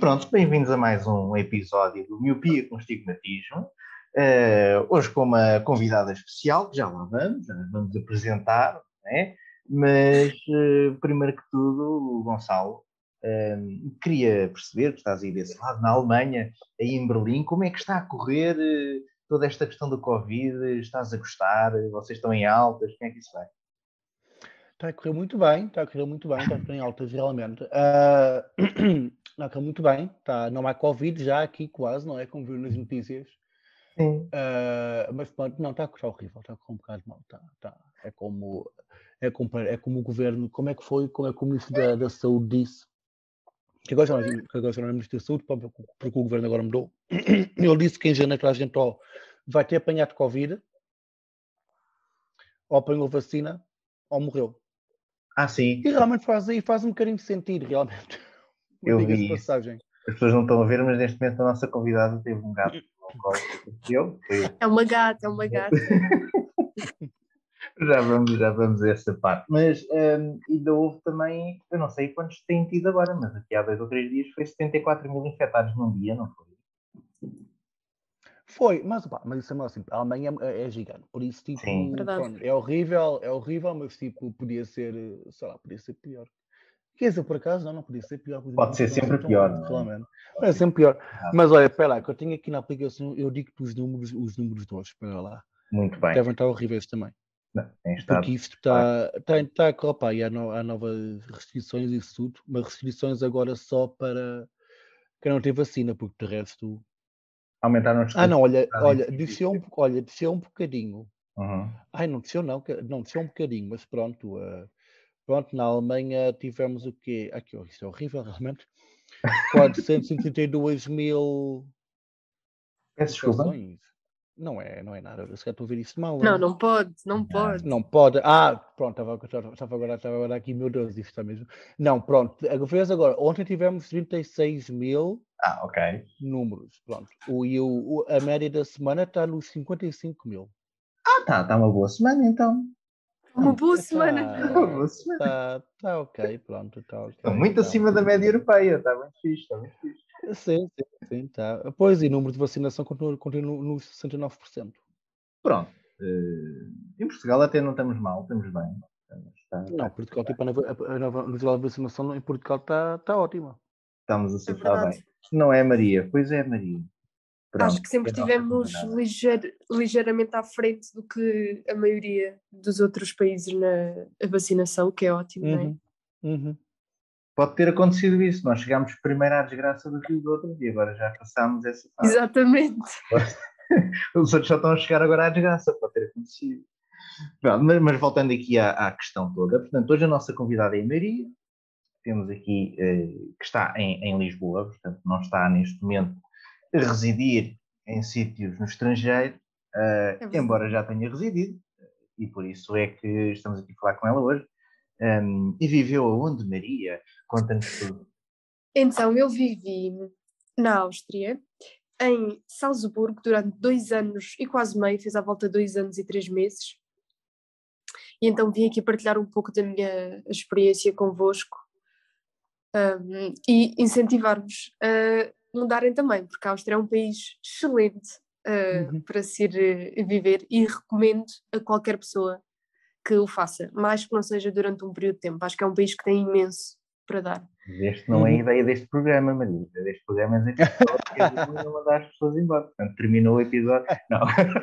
pronto, bem-vindos a mais um episódio do Miopia com Estigmatismo. Hoje com uma convidada especial, que já vamos apresentar, né? Mas primeiro que tudo, o Gonçalo, queria perceber, que estás aí desse lado, na Alemanha, aí em Berlim, como é que está a correr toda esta questão do Covid? Estás a gostar? Vocês estão em altas? Como é que isso vai? Está a correr muito bem, está a correr em altas realmente. Está a correr muito bem, não há Covid já aqui quase, não é? Como viu nas notícias. Sim. Mas pronto, não, está a correr horrível, está a correr um bocado mal. É como o governo, como é que o Ministro da Saúde disse, que agora já não é Ministro da Saúde, porque o governo agora mudou. Ele disse que em janeiro a gente vai ter apanhado Covid, ou apanhou vacina, ou morreu. Sim. E realmente faz um bocadinho de sentido, realmente. Mas Eu diga-se vi isso. passagem. As pessoas não estão a ver, mas neste momento a nossa convidada teve um gato no colo. É uma gata. Já vamos a essa parte. Mas ainda houve também, eu não sei quantos têm tido agora, mas aqui há 2 ou 3 dias foi 74 mil infectados num dia, não foi? Foi, mas isso é mais assim, a Alemanha é gigante, por isso tipo, Sim. pronto, é horrível, mas tipo, podia ser, sei lá, podia ser pior. Quer dizer, por acaso, não podia ser pior. Pode ser sempre pior, não é? Realmente. É sempre pior. Mas olha, espera lá, que eu tenho aqui na aplicação, eu digo-te os números de hoje, espera lá. Muito bem. Devem estar horríveis também. Não, tem estado. Porque isto está a correr, e há novas restrições e isso tudo, mas restrições agora só para quem não tem vacina, porque de resto... Aumentaram os não, olha, desceu um bocadinho. Uhum. Não desceu um bocadinho, mas pronto, na Alemanha tivemos o quê? Aqui, isto é horrível, realmente. 432 mil Peço desculpa. infecções. Não é nada. Eu estou a ver isso mal. Não pode. Não pode. Pronto, estava agora aqui, meu Deus, isto está mesmo. Não, pronto. Agora, ontem tivemos 36 mil ok. números. Pronto. A média da semana está nos 55 mil. Está uma boa semana então. Uma boa semana. Está ok, pronto. Está okay, Estão muito acima da média europeia, está muito fixe. Sim, está. Pois, e o número de vacinação continua nos 69%. Pronto. Em Portugal até não estamos mal, estamos bem. Não, Portugal, tipo, a nova nível de vacinação em Portugal está ótima. Estamos a surfar bem. Não é Maria? Pois é, Maria. Pronto, acho que sempre estivemos ligeiramente à frente do que a maioria dos outros países na vacinação, o que é ótimo, não é? Pode ter acontecido isso. Nós chegámos primeiro à desgraça do Rio do outro dia, agora já passámos essa fase. Exatamente. Os outros só estão a chegar agora à desgraça, pode ter acontecido. Pronto, mas voltando aqui à questão toda, portanto, hoje a nossa convidada é a Maria, temos aqui que está em Lisboa, portanto, não está neste momento a residir em sítios no estrangeiro, embora já tenha residido, e por isso é que estamos aqui a falar com ela hoje. E viveu aonde, Maria? Conta-nos tudo. Então, eu vivi na Áustria, em Salzburgo, durante 2 anos e quase meio, fez à volta de 2 anos e 3 meses. E então vim aqui partilhar um pouco da minha experiência convosco e incentivar-vos a mudarem também, porque a Áustria é um país excelente para se ir viver e recomendo a qualquer pessoa que o faça, mais que não seja durante um período de tempo. Acho que é um país que tem imenso para dar. Este não é a ideia deste programa, Maria. A ideia deste programa é dizer que não mandar as pessoas embora. Portanto, terminou o episódio. Não.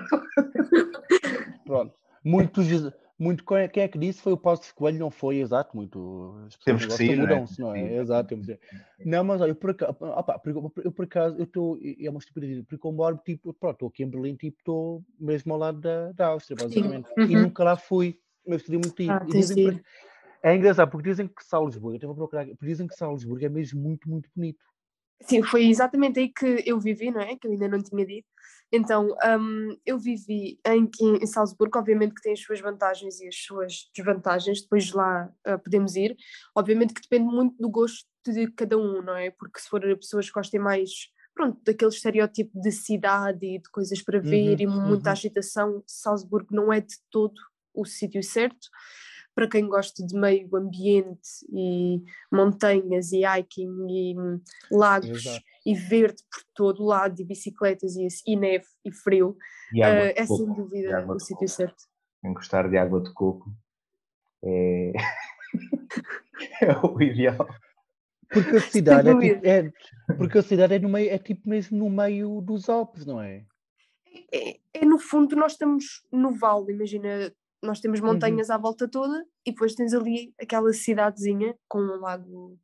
Pronto. Quem é que disse foi o Paulo de Coelho, não foi, exato, muito. As pessoas gostam, mudam-se, não é? Exato, não, mas olha, eu por acaso, é uma estupidez, porque eu moro, tipo, pronto, estou aqui em Berlim, tipo, estou mesmo ao lado da Áustria, basicamente, e nunca lá fui, mas queria muito ir. É engraçado, porque dizem que Salzburgo, eu estava a procurar, dizem que Salzburgo é mesmo muito, muito bonito. Sim, foi exatamente aí que eu vivi, não é? Que eu ainda não tinha dito. Então, eu vivi em Salzburgo, obviamente que tem as suas vantagens e as suas desvantagens, depois de lá podemos ir. Obviamente que depende muito do gosto de cada um, não é? Porque se for pessoas que gostem mais, pronto, daquele estereótipo de cidade e de coisas para ver e muita agitação, Salzburgo não é de todo o sítio certo. para quem gosta de meio ambiente e montanhas e hiking e lagos e verde por todo lado e bicicletas e neve e frio, é sem dúvida o sítio certo. Quem gostar de água de coco é, é o ideal. Porque a cidade porque a cidade é no meio, é tipo mesmo no meio dos Alpes, não é? É no fundo, nós estamos no vale, imagina, nós temos montanhas à volta toda e depois tens ali aquela cidadezinha com um lago,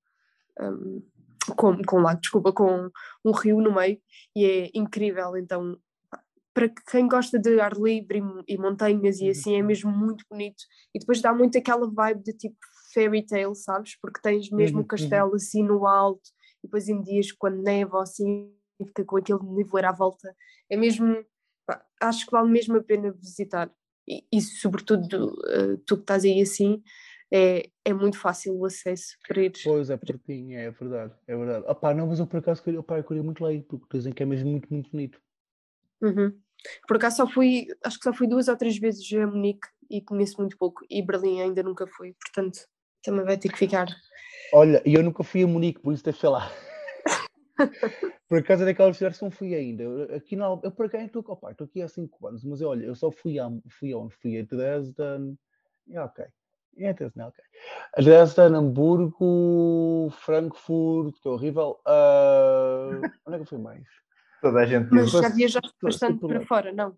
com um rio no meio, e é incrível. Então, para quem gosta de ar livre e montanhas e assim, é mesmo muito bonito. E depois dá muito aquela vibe de tipo fairy tale, sabes? Porque tens mesmo o castelo assim no alto, e depois em dias quando neva assim, fica com aquele nevoeiro à volta. É mesmo, acho que vale mesmo a pena visitar. E sobretudo, tu que estás aí assim, é muito fácil o acesso para ir. Pois é, pertinho, é verdade, é verdade. Não, mas eu por acaso queria muito lá ir, porque dizem que é mesmo muito, muito bonito. Por acaso acho que só fui 2 ou 3 vezes a Munique e conheço muito pouco, e Berlim ainda nunca fui, portanto também vai ter que ficar. Olha, eu nunca fui a Munique, por isso deixa lá. Por acaso é daquelas cidades que não fui ainda. Aqui não, eu por acaso estou aqui há 5 anos, mas olha, eu só fui onde? Fui a Dresden, ok. Dresden, ok. Dresden, Hamburgo, Frankfurt, que é horrível. Onde é que eu fui mais? Toda a gente mas já viajaste bastante para fora, não?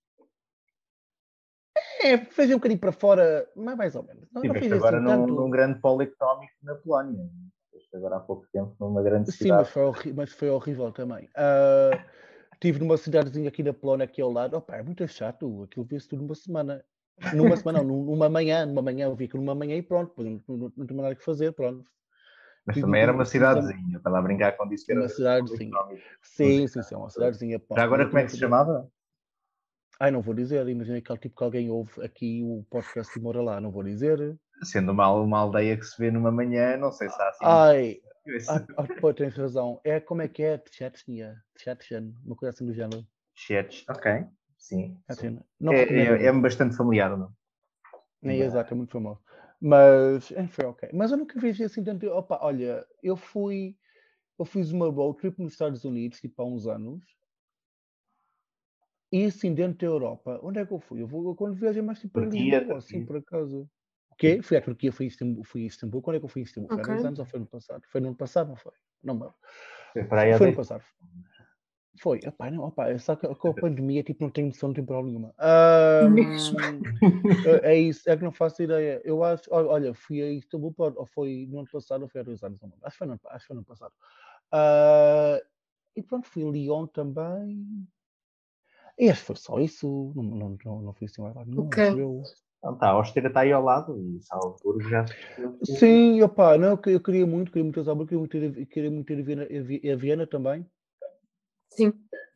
Fez um bocadinho para fora, mas mais ou menos. Não fiz agora assim num grande polo económico na Polónia. Agora há pouco tempo numa grande cidade. Sim, mas foi horrível também. Estive numa cidadezinha aqui na Polónia, aqui ao lado. É muito chato. Aquilo vê-se tudo numa semana. Numa semana, não, numa manhã. Eu vi que numa manhã e pronto. Não tinha nada que fazer, pronto. Mas também era uma cidadezinha, para lá brincar quando disse que era uma cidadezinha. Sim, é uma cidadezinha. Já agora como é que se chamava? Não vou dizer. Imagina aquele tipo que alguém ouve aqui o podcast e mora lá. Não vou dizer. Sendo uma aldeia que se vê numa manhã, não sei se há assim. Pô, tens razão. Como é que é? Tchetchen, uma coisa assim do género. Ok, sim. É bastante familiar, não? Exato, é muito famoso. Mas, enfim, ok. Mas eu nunca vejo assim tanto. Olha, eu fiz uma road trip nos Estados Unidos, tipo, há uns anos. E assim, dentro da Europa, onde é que eu fui? Quando viajei mais tipo para Lisboa, assim, por acaso. O quê? Fui à Turquia, fui a Istambul. Quando é que eu fui a Istambul? Foi há 2 anos ou foi no passado? Foi no ano passado, não foi? Não me lembro. Foi no passado. Foi. Só que com a pandemia, tipo, não tenho noção temporal nenhuma. É isso, é que não faço ideia. Eu acho, olha, fui a Istambul, ou foi no ano passado, ou foi há 2 anos, não. Acho que foi no ano passado. E pronto, fui a Lyon também. E acho que foi só isso. Não fui assim mais lá nenhum, acho eu. Então tá, a Áustria está aí ao lado e Salzburgo já. Sim, não, eu queria muito ir a Salzburgo, queria muito ir a Viena também. Sim.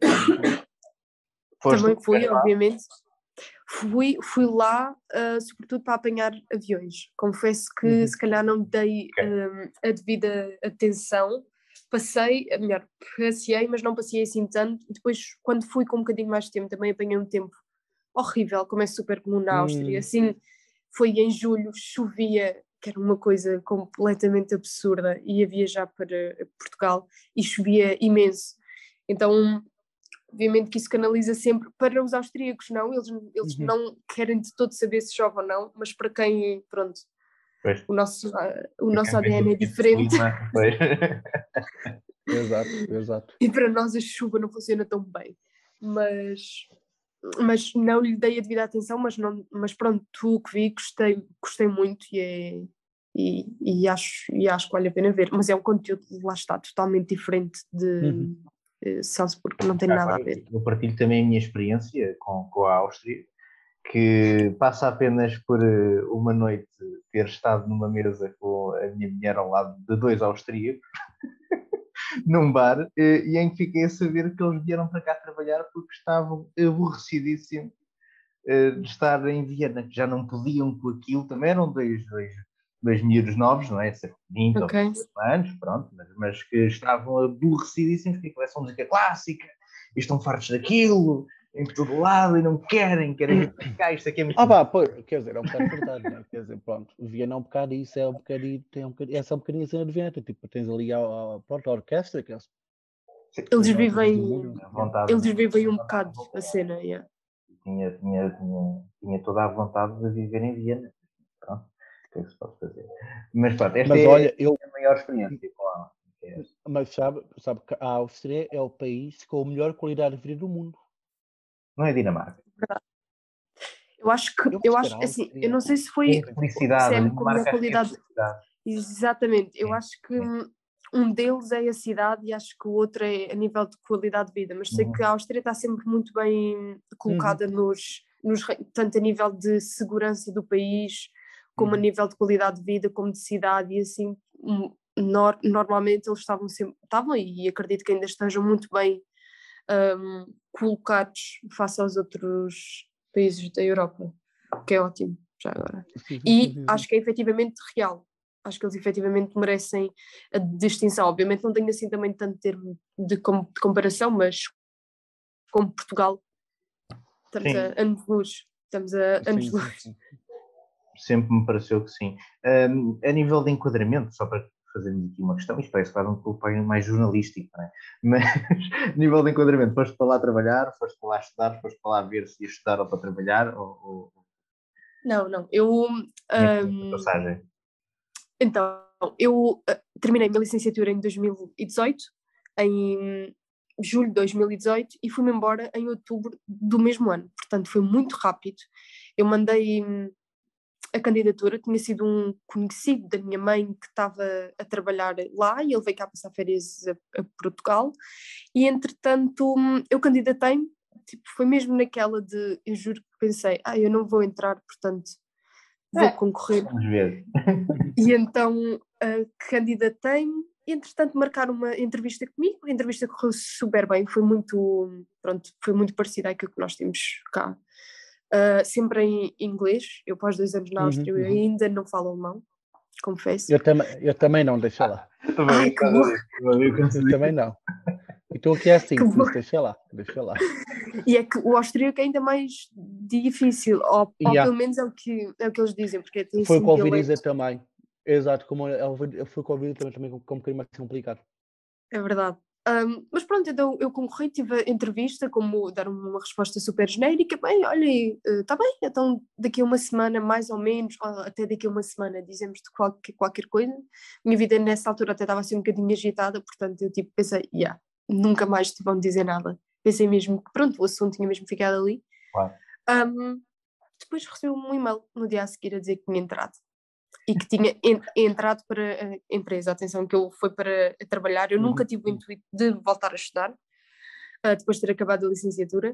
Também fui, obviamente. Fui lá, sobretudo para apanhar aviões. Confesso que se calhar não dei a devida atenção. Passei, passei, mas não passei assim tanto. Depois, quando fui com um bocadinho mais de tempo, também apanhei um tempo horrível, como é super comum na Áustria. Assim, foi em julho, chovia, que era uma coisa completamente absurda. Ia viajar para Portugal e chovia imenso. Então, obviamente que isso canaliza sempre para os austríacos, não? Eles não querem de todo saber se chove ou não, mas para quem, pronto, o nosso ADN é diferente. Exato. E para nós a chuva não funciona tão bem. Mas não lhe dei a devida atenção, mas pronto, o que vi, gostei muito e acho que vale a pena ver. Mas é um conteúdo, lá está, totalmente diferente de Salzburgo, não tem nada a ver. Eu partilho também a minha experiência com a Áustria, que passa apenas por uma noite ter estado numa mesa com a minha mulher ao lado de 2 austríacos, num bar, e em que fiquei a saber que eles vieram para cá trabalhar porque estavam aborrecidíssimos de estar em Viena, que já não podiam com aquilo, também eram dois miúdos novos, não é? 20 ou 20 anos, pronto, mas que estavam aborrecidíssimos, porque aquilo é só música clássica, e estão fartos daquilo, em todo lado e não querem cá, isto aqui é muito... quer dizer, é um bocado verdade, né? Quer dizer, pronto, Viena é um bocado isso, é um bocadinho, essa é um bocadinho a cena de Viena, tipo, tens ali a orquestra, que é eles vivem um bocado a cena, yeah. Tinha toda a vontade de viver em Viena. Pronto, o que é que se pode fazer? Mas pronto, esta olha, a maior experiência com ela. Mas sabe que a Áustria é o país com a melhor qualidade de vida do mundo. Não é Dinamarca? Eu acho assim, eu não sei se foi felicidade, com a melhor qualidade. Exatamente, eu acho que um deles é a cidade e acho que o outro é a nível de qualidade de vida, mas sei que a Áustria está sempre muito bem colocada tanto a nível de segurança do país, como a nível de qualidade de vida, como de cidade, e assim, normalmente eles estavam e acredito que ainda estejam muito bem colocados face aos outros países da Europa, que é ótimo, já agora. E acho que é efetivamente real. Acho que eles efetivamente merecem a distinção. Obviamente não tenho assim também tanto termo de comparação, mas como Portugal, estamos a anos de luz. Estamos a anos de luz. Sempre me pareceu que sim. A nível de enquadramento, só para fazermos aqui uma questão, isto parece quase um pouco mais jornalístico, não é? Mas, a nível de enquadramento, foste para lá trabalhar, foste para lá estudar, foste para lá ver se ia estudar ou para trabalhar? Não, eu... passagem? Então, eu terminei a minha licenciatura em 2018, em julho de 2018, e fui-me embora em outubro do mesmo ano. Portanto, foi muito rápido. Eu mandei a candidatura, tinha sido um conhecido da minha mãe que estava a trabalhar lá e ele veio cá passar férias a Portugal e entretanto eu candidatei-me, tipo, foi mesmo naquela de, eu juro que pensei, eu não vou entrar, portanto vou concorrer. Vamos ver. E então candidatei-me e entretanto marcaram uma entrevista comigo, a entrevista correu super bem, foi muito parecida àquilo que nós temos cá. Sempre em inglês. Eu, após 2 anos na Áustria, eu ainda não falo alemão, confesso. Eu também não, deixa lá. Ai, que bom. Eu também não. Então aqui é assim, deixa lá. E é que o austríaco é ainda mais difícil, ou pelo menos é o que eles dizem, porque tem foi o que ouvi dizer também. Exato, como foi o que ouvi também com um bocadinho mais complicado. É verdade. Mas pronto, então eu concorri, tive a entrevista, como dar uma resposta super genérica, bem, olha, está bem, então daqui a uma semana mais ou menos, ou até daqui a uma semana dizemos de qualquer coisa. Minha vida nessa altura até estava assim um bocadinho agitada, portanto eu tipo pensei, nunca mais te vão dizer nada. Pensei mesmo que pronto, o assunto tinha mesmo ficado ali. Claro. Depois recebi um e-mail no dia a seguir a dizer que tinha entrado. E que tinha entrado para a empresa. Atenção, que eu fui para trabalhar. Eu nunca tive o intuito de voltar a estudar, depois de ter acabado a licenciatura.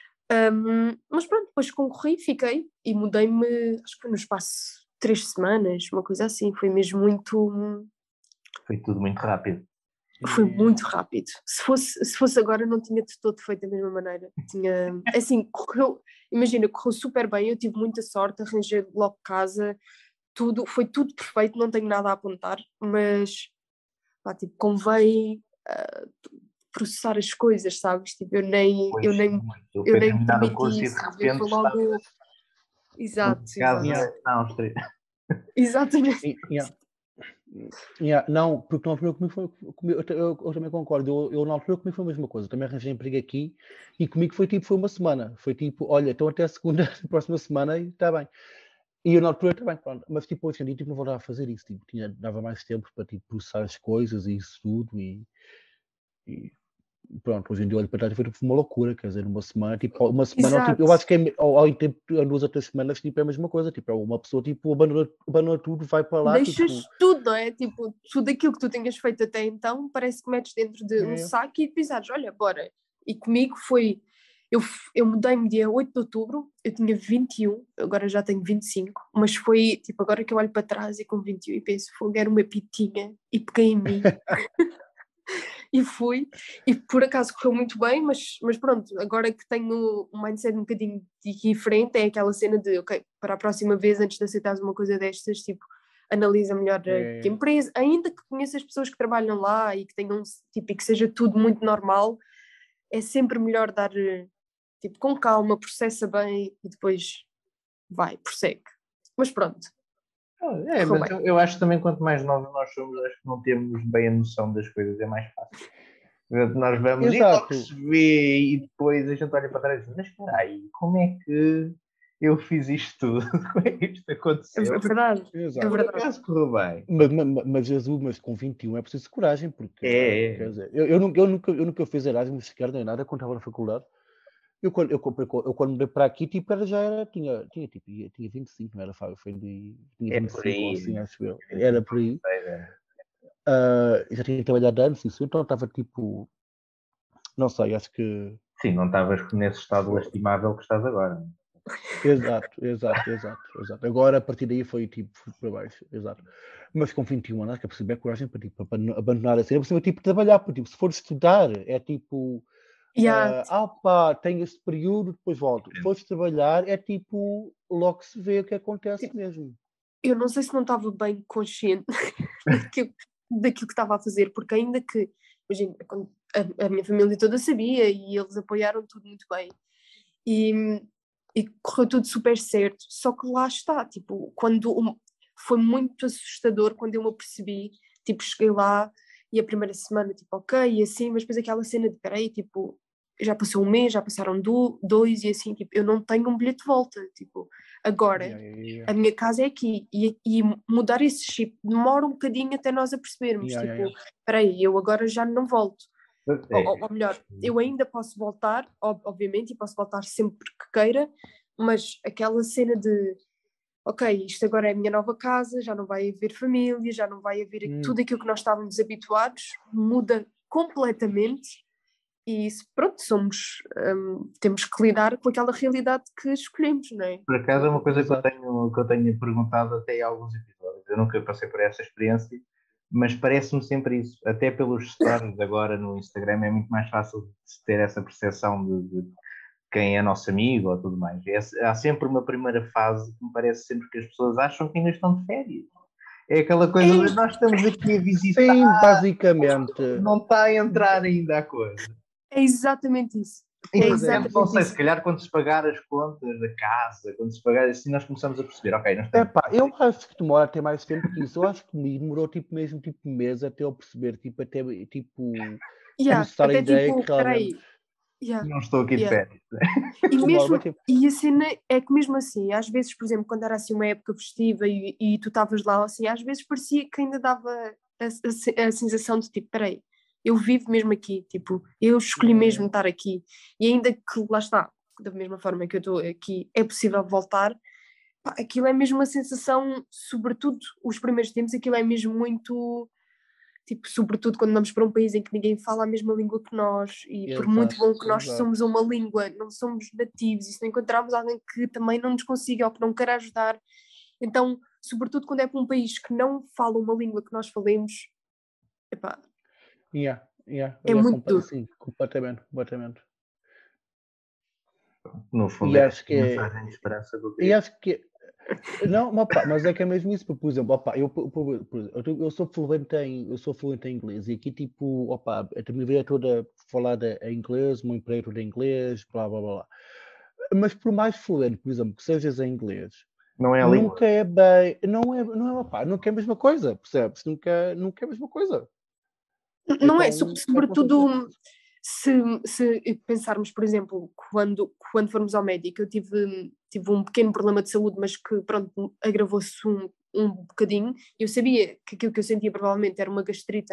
Mas pronto, depois concorri, fiquei e mudei-me, acho que foi no espaço de 3 semanas, uma coisa assim. Foi mesmo muito... Foi tudo muito rápido. Foi muito rápido. Se fosse agora, não tinha de todo feito da mesma maneira. Assim, correu super bem. Eu tive muita sorte, arranjei logo casa. Foi tudo perfeito, não tenho nada a apontar, mas tipo, convém processar as coisas, sabes? Tipo, eu nem me permiti isso. Foi logo... Exato. Na Áustria. Exatamente. Não, porque na altura comigo foi, eu também concordo, eu na altura comigo foi a mesma coisa, também arranjei emprego aqui e comigo foi uma semana, foi tipo, olha, então até a segunda, próxima semana e está bem. E eu na altura também, pronto, mas tipo, hoje em dia tipo, não vou dar a fazer isso, tipo, dava mais tempo para tipo, processar as coisas e isso tudo e pronto, hoje em dia olho para trás e foi tipo, uma loucura, quer dizer, uma semana, tipo, eu acho que em tempo, 2 ou 3 semanas tipo, é a mesma coisa, tipo, uma pessoa tipo, abandona tudo, vai para lá. Deixas tipo, tudo, não é? Tipo, tudo aquilo que tu tenhas feito até então, parece que metes dentro de um saco e pensares, olha, bora. E comigo foi, eu mudei-me dia 8 de outubro, eu tinha 21, agora já tenho 25, mas foi, tipo, agora que eu olho para trás e com 21 e penso, era uma pitinha e peguei em mim. E fui, e por acaso correu muito bem, mas pronto, agora que tenho um mindset um bocadinho diferente, é aquela cena de, ok, para a próxima vez, antes de aceitares uma coisa destas, tipo, analisa melhor que empresa, ainda que conheças pessoas que trabalham lá e que tenham, tipo, e que seja tudo muito normal, é sempre melhor dar tipo, com calma, processa bem e depois prossegue. Mas pronto. Mas eu acho também quanto mais novos nós somos, acho que não temos bem a noção das coisas, é mais fácil. Nós vamos e logo se vê e depois a gente olha para trás e diz, mas espera aí, como é que eu fiz isto tudo? Como é que isto aconteceu? É verdade. É verdade. Por acaso correu bem. Mas com 21 é preciso coragem, porque quer dizer, eu nunca fiz Erasmus sequer nem nada quando estava na faculdade. Eu quando mudei para aqui, tipo, tinha 25, não era, Fábio? Tinha 25 assim, acho eu. Era por aí. Já tinha trabalhado antes, isso, então estava tipo, não sei, acho que... Sim, não estavas nesse estado lastimável que estás agora. Exato. Agora, a partir daí, foi tipo para baixo, exato. Mas com 21 anos, que é perceber coragem para abandonar a cena, é tipo trabalhar, porque tipo, se for estudar, é tipo... tenho este período, depois volto. Se fores trabalhar, é tipo, logo se vê o que acontece mesmo. Eu não sei se não estava bem consciente daquilo que estava a fazer, porque ainda que, imagina, a minha família toda sabia e eles apoiaram tudo muito bem. E correu tudo super certo, só que lá está, tipo, foi muito assustador quando eu me apercebi, tipo, cheguei lá e a primeira semana, tipo, ok, e assim, mas depois aquela cena de, peraí, tipo, já passou um mês, já passaram dois e assim, tipo, eu não tenho um bilhete de volta, tipo, agora a minha casa é aqui e mudar esse chip demora um bocadinho até nós a percebermos, peraí, eu agora já não volto. Ou melhor, eu ainda posso voltar, obviamente, e posso voltar sempre que queira, mas aquela cena de ok, isto agora é a minha nova casa, já não vai haver família, já não vai haver tudo aquilo que nós estávamos habituados, muda completamente e isso, pronto, temos que lidar com aquela realidade que escolhemos, não é? Por acaso é uma coisa que eu tenho perguntado até em alguns episódios, eu nunca passei por essa experiência, mas parece-me sempre isso, até pelos stories agora no Instagram é muito mais fácil de ter essa percepção de quem é nosso amigo ou tudo mais. Há sempre uma primeira fase que me parece sempre que as pessoas acham que ainda estão de férias. É aquela coisa de nós estamos aqui a visitar. Sim, basicamente. Não está a entrar ainda a coisa. É exatamente isso. Não sei, se calhar quando se pagar as contas da casa, quando se pagar assim, nós começamos a perceber, ok, nós estamos... eu acho que demora até mais tempo que isso. Eu acho que demorou mesmo meses até eu perceber, começar a ideia que realmente... Não estou aqui de férias. E a cena é que mesmo assim, às vezes, por exemplo, quando era assim uma época festiva e tu estavas lá, assim, às vezes parecia que ainda dava a sensação de tipo, peraí, eu vivo mesmo aqui, tipo, eu escolhi mesmo estar aqui. E ainda que lá está, da mesma forma que eu estou aqui, é possível voltar, aquilo é mesmo uma sensação, sobretudo os primeiros tempos, aquilo é mesmo muito... Tipo, sobretudo quando vamos para um país em que ninguém fala a mesma língua que nós e por muito bom que nós somos uma língua, não somos nativos e se não encontrarmos alguém que também não nos consiga ou que não queira ajudar, então, sobretudo quando é para um país que não fala uma língua que nós falemos, epá, é muito duro. Sim, completamente. No fundo, acho que é a mensagem de esperança do dia. E acho que não, mas é que é mesmo isso, porque, por exemplo, eu sou fluente em inglês e aqui, tipo, a minha vida é toda falada em inglês, o meu emprego é todo em inglês, blá, blá, blá. Mas por mais fluente, por exemplo, que sejas em inglês, não é a nunca língua. É bem, nunca é a mesma coisa, percebes? Nunca é a mesma coisa. Não é, sobretudo... Se pensarmos, por exemplo, quando formos ao médico, eu tive um pequeno problema de saúde, mas que, pronto, agravou-se um bocadinho. Eu sabia que aquilo que eu sentia provavelmente era uma gastrite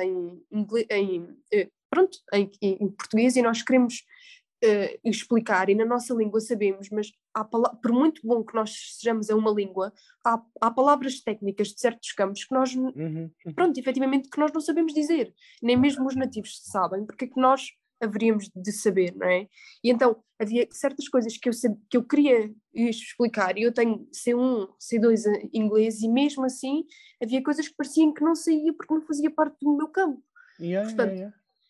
em português e nós queremos explicar e na nossa língua sabemos, mas por muito bom que nós sejamos a uma língua, há palavras técnicas de certos campos que nós, pronto, efetivamente, que nós não sabemos dizer. Nem mesmo os nativos sabem, porque é que nós haveríamos de saber, não é? E então havia certas coisas que eu queria explicar e eu tenho C1, C2 em inglês e mesmo havia coisas que pareciam que não saía porque não fazia parte do meu campo. Portanto,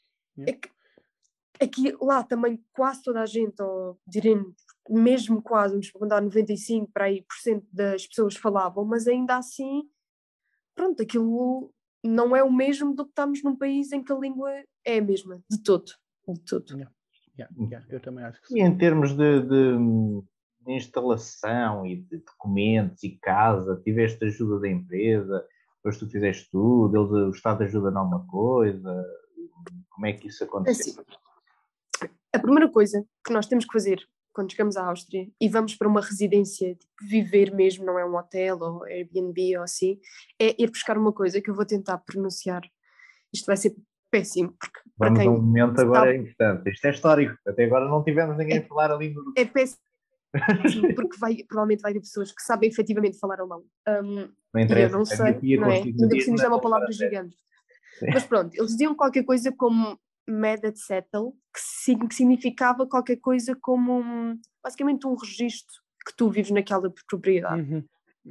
aqui lá também quase toda a gente, ou diremos mesmo quase, vamos perguntar 95% das pessoas falavam, mas ainda assim, pronto, aquilo não é o mesmo do que estamos num país em que a língua é a mesma, de todo. Eu também acho que sim. E em termos de instalação e de documentos e casa, tiveste ajuda da empresa, depois tu fizeste tudo, o Estado ajuda em alguma coisa, como é que isso aconteceu? Assim, a primeira coisa que nós temos que fazer quando chegamos à Áustria e vamos para uma residência, tipo, viver mesmo, não é um hotel ou Airbnb ou assim, é ir buscar uma coisa que eu vou tentar pronunciar. Isto vai ser péssimo, porque Vamos para quem a um momento agora sabe, importante. Isto é histórico. Até agora não tivemos ninguém a falar a língua do... é péssimo porque provavelmente vai haver pessoas que sabem efetivamente falar alemão. Não E eu interessa. não sei, não é? Ainda por cima isto é uma palavra gigante. Mas pronto, eles diziam qualquer coisa como Medazettel, que significava qualquer coisa como basicamente um registro que tu vives naquela propriedade.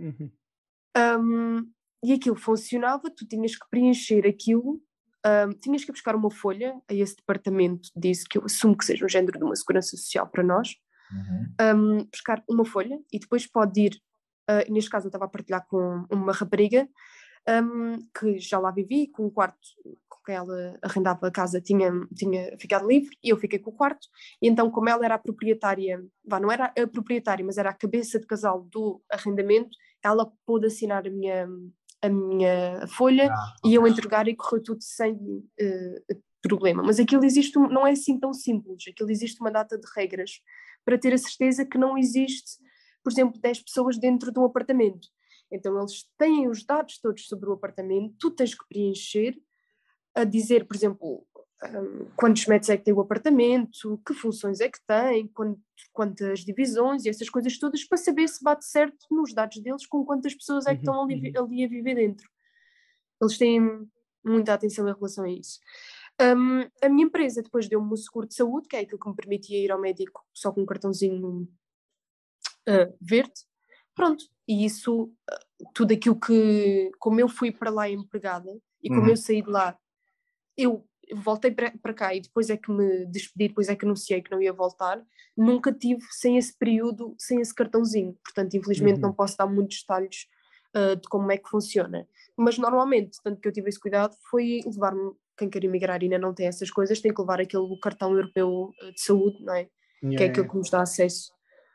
E aquilo funcionava, tu tinhas que preencher aquilo, tinhas que buscar uma folha a esse departamento disso, que eu assumo que seja um género de uma segurança social para nós, buscar uma folha e depois pode ir, neste caso eu estava a partilhar com uma rapariga, que já lá vivi, com um quarto com quem ela arrendava a casa tinha ficado livre e eu fiquei com o quarto, e então como ela era a proprietária, não era a proprietária, mas era a cabeça de casal do arrendamento, ela pôde assinar a minha folha e eu entregar e correu tudo sem problema. Mas aquilo existe, não é assim tão simples, aquilo existe uma data de regras para ter a certeza que não existe, por exemplo, 10 pessoas dentro de um apartamento. Então eles têm os dados todos sobre o apartamento, tu tens que preencher, a dizer, por exemplo, quantos metros é que tem o apartamento, que funções é que tem, quantas divisões e essas coisas todas, para saber se bate certo nos dados deles com quantas pessoas é que estão ali a viver dentro. Eles têm muita atenção em relação a isso. A minha empresa depois deu-me o seguro de saúde, que é aquilo que me permitia ir ao médico só com um cartãozinho verde. Pronto, e isso, tudo aquilo que, como eu fui para lá empregada e como eu saí de lá, eu voltei para cá e depois é que me despedi, depois é que anunciei que não ia voltar, nunca tive sem esse período, sem esse cartãozinho, portanto infelizmente não posso dar muitos detalhes de como é que funciona, mas normalmente, tanto que eu tive esse cuidado, foi levar-me, quem quer emigrar e ainda não tem essas coisas, tem que levar aquele cartão europeu de saúde, não é? Que é aquilo que nos dá acesso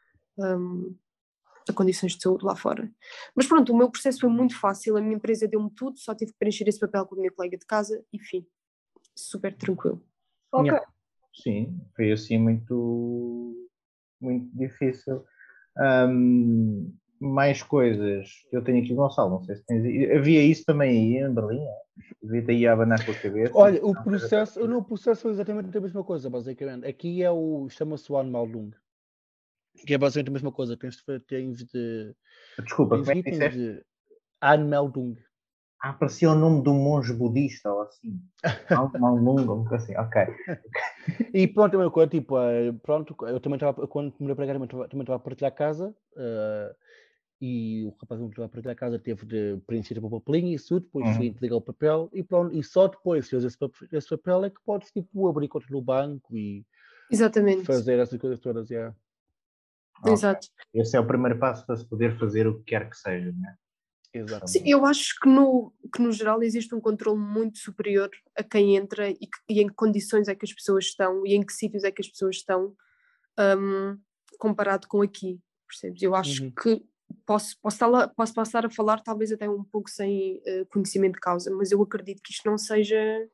a condições de saúde lá fora. Mas pronto, o meu processo foi muito fácil, a minha empresa deu-me tudo, só tive que preencher esse papel com a minha colega de casa, enfim, super tranquilo. Ok. Sim, foi assim muito difícil. Mais coisas que eu tenho aqui, Gonçalo, não sei se tens... Havia isso também aí em Berlim? Devia-te aí a abanar com a cabeça. Olha, o processo foi exatamente a mesma coisa, basicamente. Aqui chama-se o Anmeldung, que é basicamente a mesma coisa. Tens de... Desculpa, como é que disseste? Anmeldung. Parecia o nome de um monge budista ou assim. Anmeldung, assim, ok. E pronto, a mesma coisa, tipo, pronto, eu também estava, quando me para cá, também estava a partilhar a casa, e o rapaz que me estava a partilhar a casa teve de preencher o papelinho e isso tudo, depois fui entregar o papel e pronto, e só depois de fazer esse papel é que podes, tipo, abrir conta no banco e fazer essas coisas todas, Okay. Exato. Esse é o primeiro passo para se poder fazer o que quer que seja, não é? Exatamente. Sim, eu acho que no geral existe um controle muito superior a quem entra e em que condições é que as pessoas estão e em que sítios é que as pessoas estão, comparado com aqui, percebes? Eu acho que posso passar a falar talvez até um pouco sem conhecimento de causa, mas eu acredito que isto não seja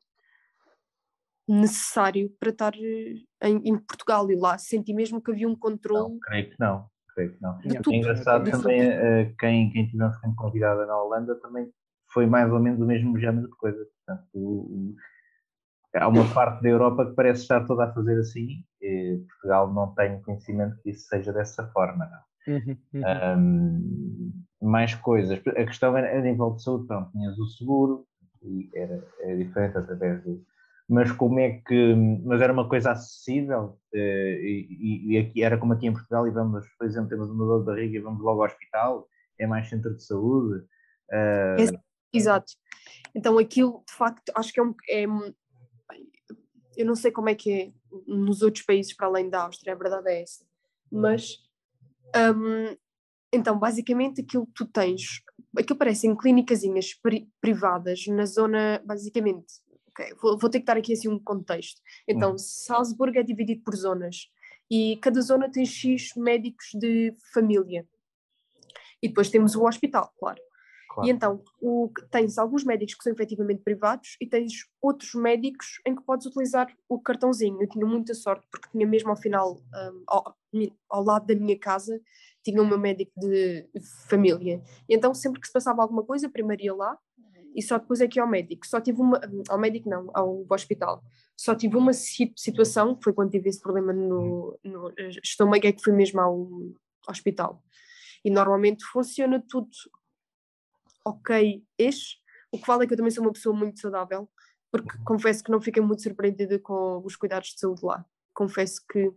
necessário para estar em Portugal, e lá senti mesmo que havia um controle. Não, creio que não. De tudo, é engraçado também, quem tivemos como convidada na Holanda também foi mais ou menos o mesmo género de coisa. Portanto, há uma parte da Europa que parece estar toda a fazer assim, e Portugal não tem conhecimento que isso seja dessa forma, não. Mais coisas. A questão era a nível de saúde, pronto, tinhas o seguro e era diferente através do... Mas como é que... Mas era uma coisa acessível e aqui, era como aqui em Portugal e vamos, por exemplo, temos uma dor de barriga e vamos logo ao hospital, é mais centro de saúde. Exato. Então aquilo, de facto, acho que eu não sei como é que é nos outros países para além da Áustria, a verdade é essa. Mas, então, basicamente, aquilo que tu tens, aquilo parecem clínicazinhas privadas na zona, basicamente, Ok, vou ter que dar aqui assim um contexto. Então, Salzburgo é dividido por zonas e cada zona tem X médicos de família. E depois temos o hospital, claro. E então, tens alguns médicos que são efetivamente privados e tens outros médicos em que podes utilizar o cartãozinho. Eu tinha muita sorte porque tinha mesmo ao final, ao lado da minha casa, tinha o meu médico de família. E então, sempre que se passava alguma coisa, primeiro ia lá e só depois é que ia ao médico. Só tive ao médico não, ao hospital. Só tive uma situação, que foi quando tive esse problema no estômago, é que fui mesmo ao hospital. E normalmente funciona tudo ok. O que vale é que eu também sou uma pessoa muito saudável, porque confesso que não fiquei muito surpreendida com os cuidados de saúde lá. Confesso que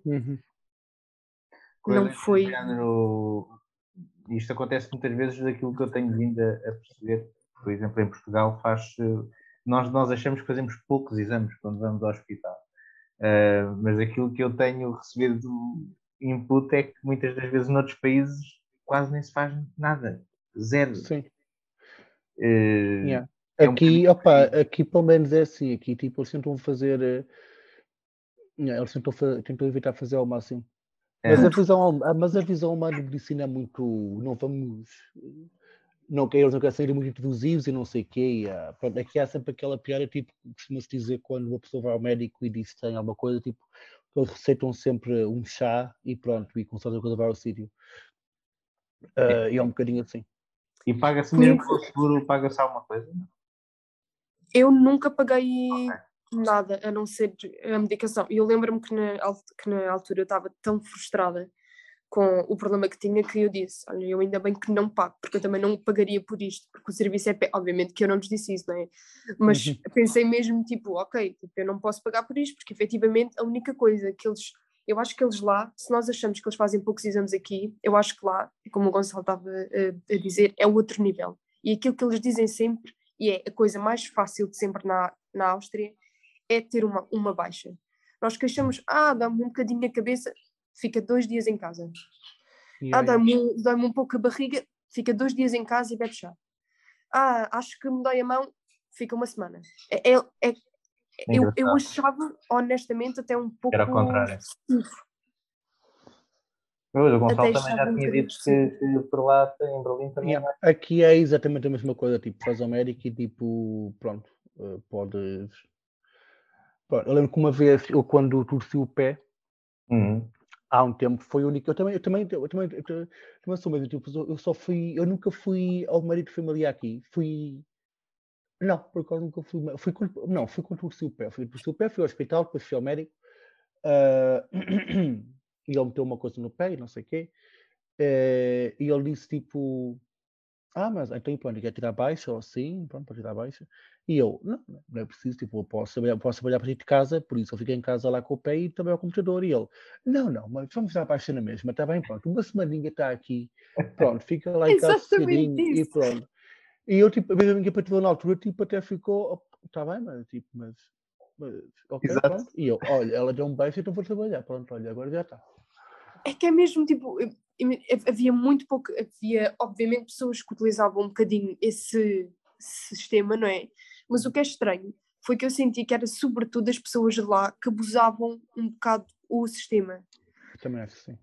não foi... Isto acontece muitas vezes daquilo que eu tenho vindo a perceber. Por exemplo, em Portugal nós achamos que fazemos poucos exames quando vamos ao hospital. Mas aquilo que eu tenho recebido input é que muitas das vezes noutros países quase nem se faz nada. Zero. Sim. É Aqui pelo menos é assim, aqui tipo, eles tentam fazer, eles tentam evitar fazer ao máximo. Mas a visão humana de medicina é muito, eles não querem ser muito intrusivos e não sei o quê. Pronto, aqui há sempre aquela piada, tipo, costuma-se dizer quando uma pessoa vai ao médico e diz que tem alguma coisa, tipo, eles receitam sempre um chá e pronto, e começam a coisa vai ao sítio. E é um bocadinho assim. E paga-se mesmo pelo seguro, paga-se alguma coisa? Eu nunca paguei nada, a não ser a medicação. E eu lembro-me que na altura eu estava tão frustrada com o problema que tinha que eu disse, olha, eu ainda bem que não pago, porque eu também não pagaria por isto, porque o serviço é... Obviamente que eu não lhes disse isso, não é? Mas pensei mesmo, tipo, ok, eu não posso pagar por isto, porque efetivamente a única coisa que eles... Eu acho que eles lá, se nós achamos que eles fazem poucos exames aqui, eu acho que lá, como o Gonçalo estava a dizer, é outro nível. E aquilo que eles dizem sempre, e é a coisa mais fácil de sempre na Áustria, é ter uma baixa. Nós queixamos, dá-me um bocadinho a cabeça, fica 2 dias em casa. Dá-me um pouco a barriga, fica 2 dias em casa e bebe chá. Acho que me dói a mão, fica uma semana. Eu achava, honestamente, até um pouco... Era ao contrário. O Gonçalo também já tinha dito que por lá em Berlim também... Aqui é exatamente a mesma coisa, tipo, faz ao médico e tipo, pronto, podes... Eu lembro que uma vez, eu quando torci o pé, há um tempo, foi o único... Eu também sou mesmo, tipo, eu nunca fui ao médico familiar aqui, não, por acaso nunca fui... Fui quando torci o pé, fui ao hospital, depois fui ao médico, e ele meteu uma coisa no pé e não sei o quê, e ele disse tipo, mas então pronto, quer tirar baixa ou assim, pronto, para tirar baixa. E eu, não é preciso, tipo, eu posso trabalhar a partir de casa, por isso eu fico em casa lá com o pé e também ao computador. E ele, não, mas vamos tirar baixa na mesma, está bem, pronto, uma semaninha está aqui, pronto, fica lá em casa sossegadinho e pronto. E eu, tipo, a mesma amiga para te ver na altura, tipo, até ficou, está bem, mas ok, exato. Pronto. E eu, olha, ela deu um beijo, então vou trabalhar, pronto, olha, agora já está. É que é mesmo, tipo, havia muito pouco, havia obviamente pessoas que utilizavam um bocadinho esse sistema, não é? Mas o que é estranho foi que eu senti que era sobretudo as pessoas de lá que abusavam um bocado o sistema. Eu também acho que sim.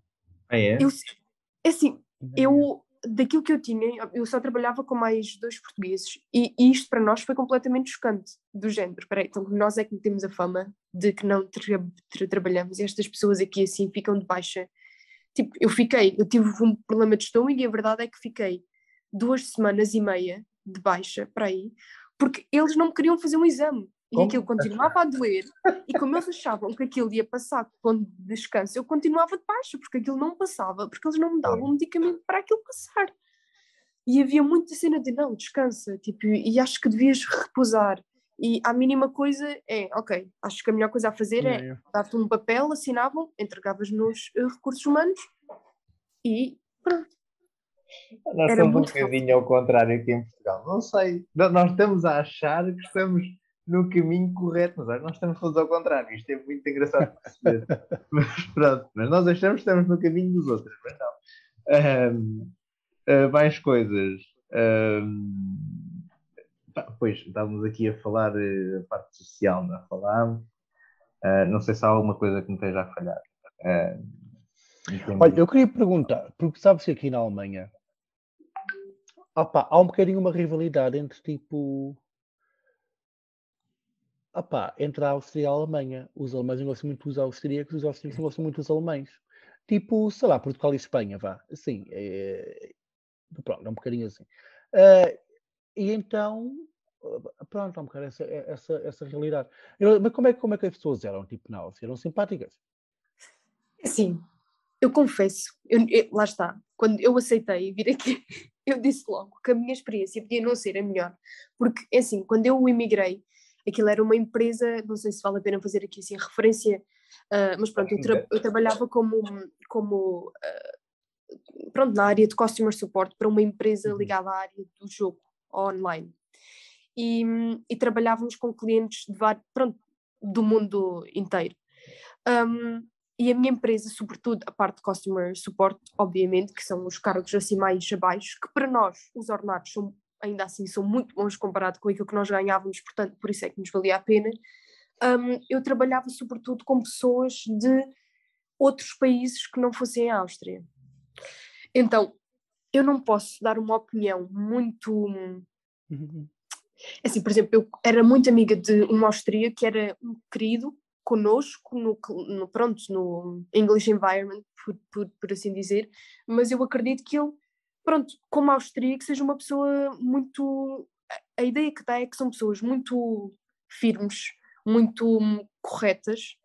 Daquilo que eu tinha, eu só trabalhava com mais 2 portugueses e isto para nós foi completamente chocante, do género, então nós é que temos a fama de que não trabalhamos e estas pessoas aqui assim ficam de baixa. Tipo, eu tive um problema de estômago e a verdade é que fiquei 2 semanas e meia de baixa para aí, porque eles não me queriam fazer um exame. E aquilo continuava a doer, e como eles achavam que aquilo ia passar quando descanso, eu continuava de baixa, porque aquilo não passava, porque eles não me davam medicamento para aquilo passar. E havia muita cena de, não, descansa, tipo, e acho que devias repousar. E a mínima coisa ok, acho que a melhor coisa a fazer é dar-te um papel, assinavam, entregavas nos recursos humanos e pronto. Nós estamos um bocadinho ao contrário aqui em Portugal. Não sei, nós estamos a achar que estamos no caminho correto, mas nós estamos todos ao contrário. Isto é muito engraçado de perceber. Mas pronto, mas nós achamos que estamos no caminho dos outros, mas não. Mais coisas. Pois, estávamos aqui a falar a parte social, não falámos. Não sei se há alguma coisa que me esteja a falhar. Olha, eu queria perguntar, porque sabes que aqui na Alemanha há um bocadinho uma rivalidade entre tipo. Entre a Áustria e a Alemanha. Os alemães não gostam muito dos austríacos, os austríacos não gostam muito dos alemães. Tipo, sei lá, Portugal e Espanha, vá. Assim, pronto, é um bocadinho assim. E então, pronto, há um bocado essa realidade. Mas como é que as pessoas eram, tipo, na Áustria? Eram simpáticas? Sim, eu confesso, lá está, quando eu aceitei vir aqui, eu disse logo que a minha experiência podia não ser a melhor, porque, assim, quando eu emigrei, aquilo era uma empresa, não sei se vale a pena fazer aqui assim referência, mas pronto, eu trabalhava pronto, na área de customer support para uma empresa ligada à área do jogo online. E trabalhávamos com clientes pronto, do mundo inteiro. E a minha empresa, sobretudo a parte de customer support, obviamente, que são os cargos assim mais abaixo, que para nós os ordenados ainda assim são muito bons comparado com aquilo que nós ganhávamos, portanto por isso é que nos valia a pena. Eu trabalhava sobretudo com pessoas de outros países que não fossem a Áustria. Então, eu não posso dar uma opinião muito... Assim, por exemplo, eu era muito amiga de um austríaco que era um querido connosco pronto, no English environment, por assim dizer, mas eu acredito que ele, pronto, como austríaco, seja uma pessoa muito... A ideia que dá é que são pessoas muito firmes, muito corretas,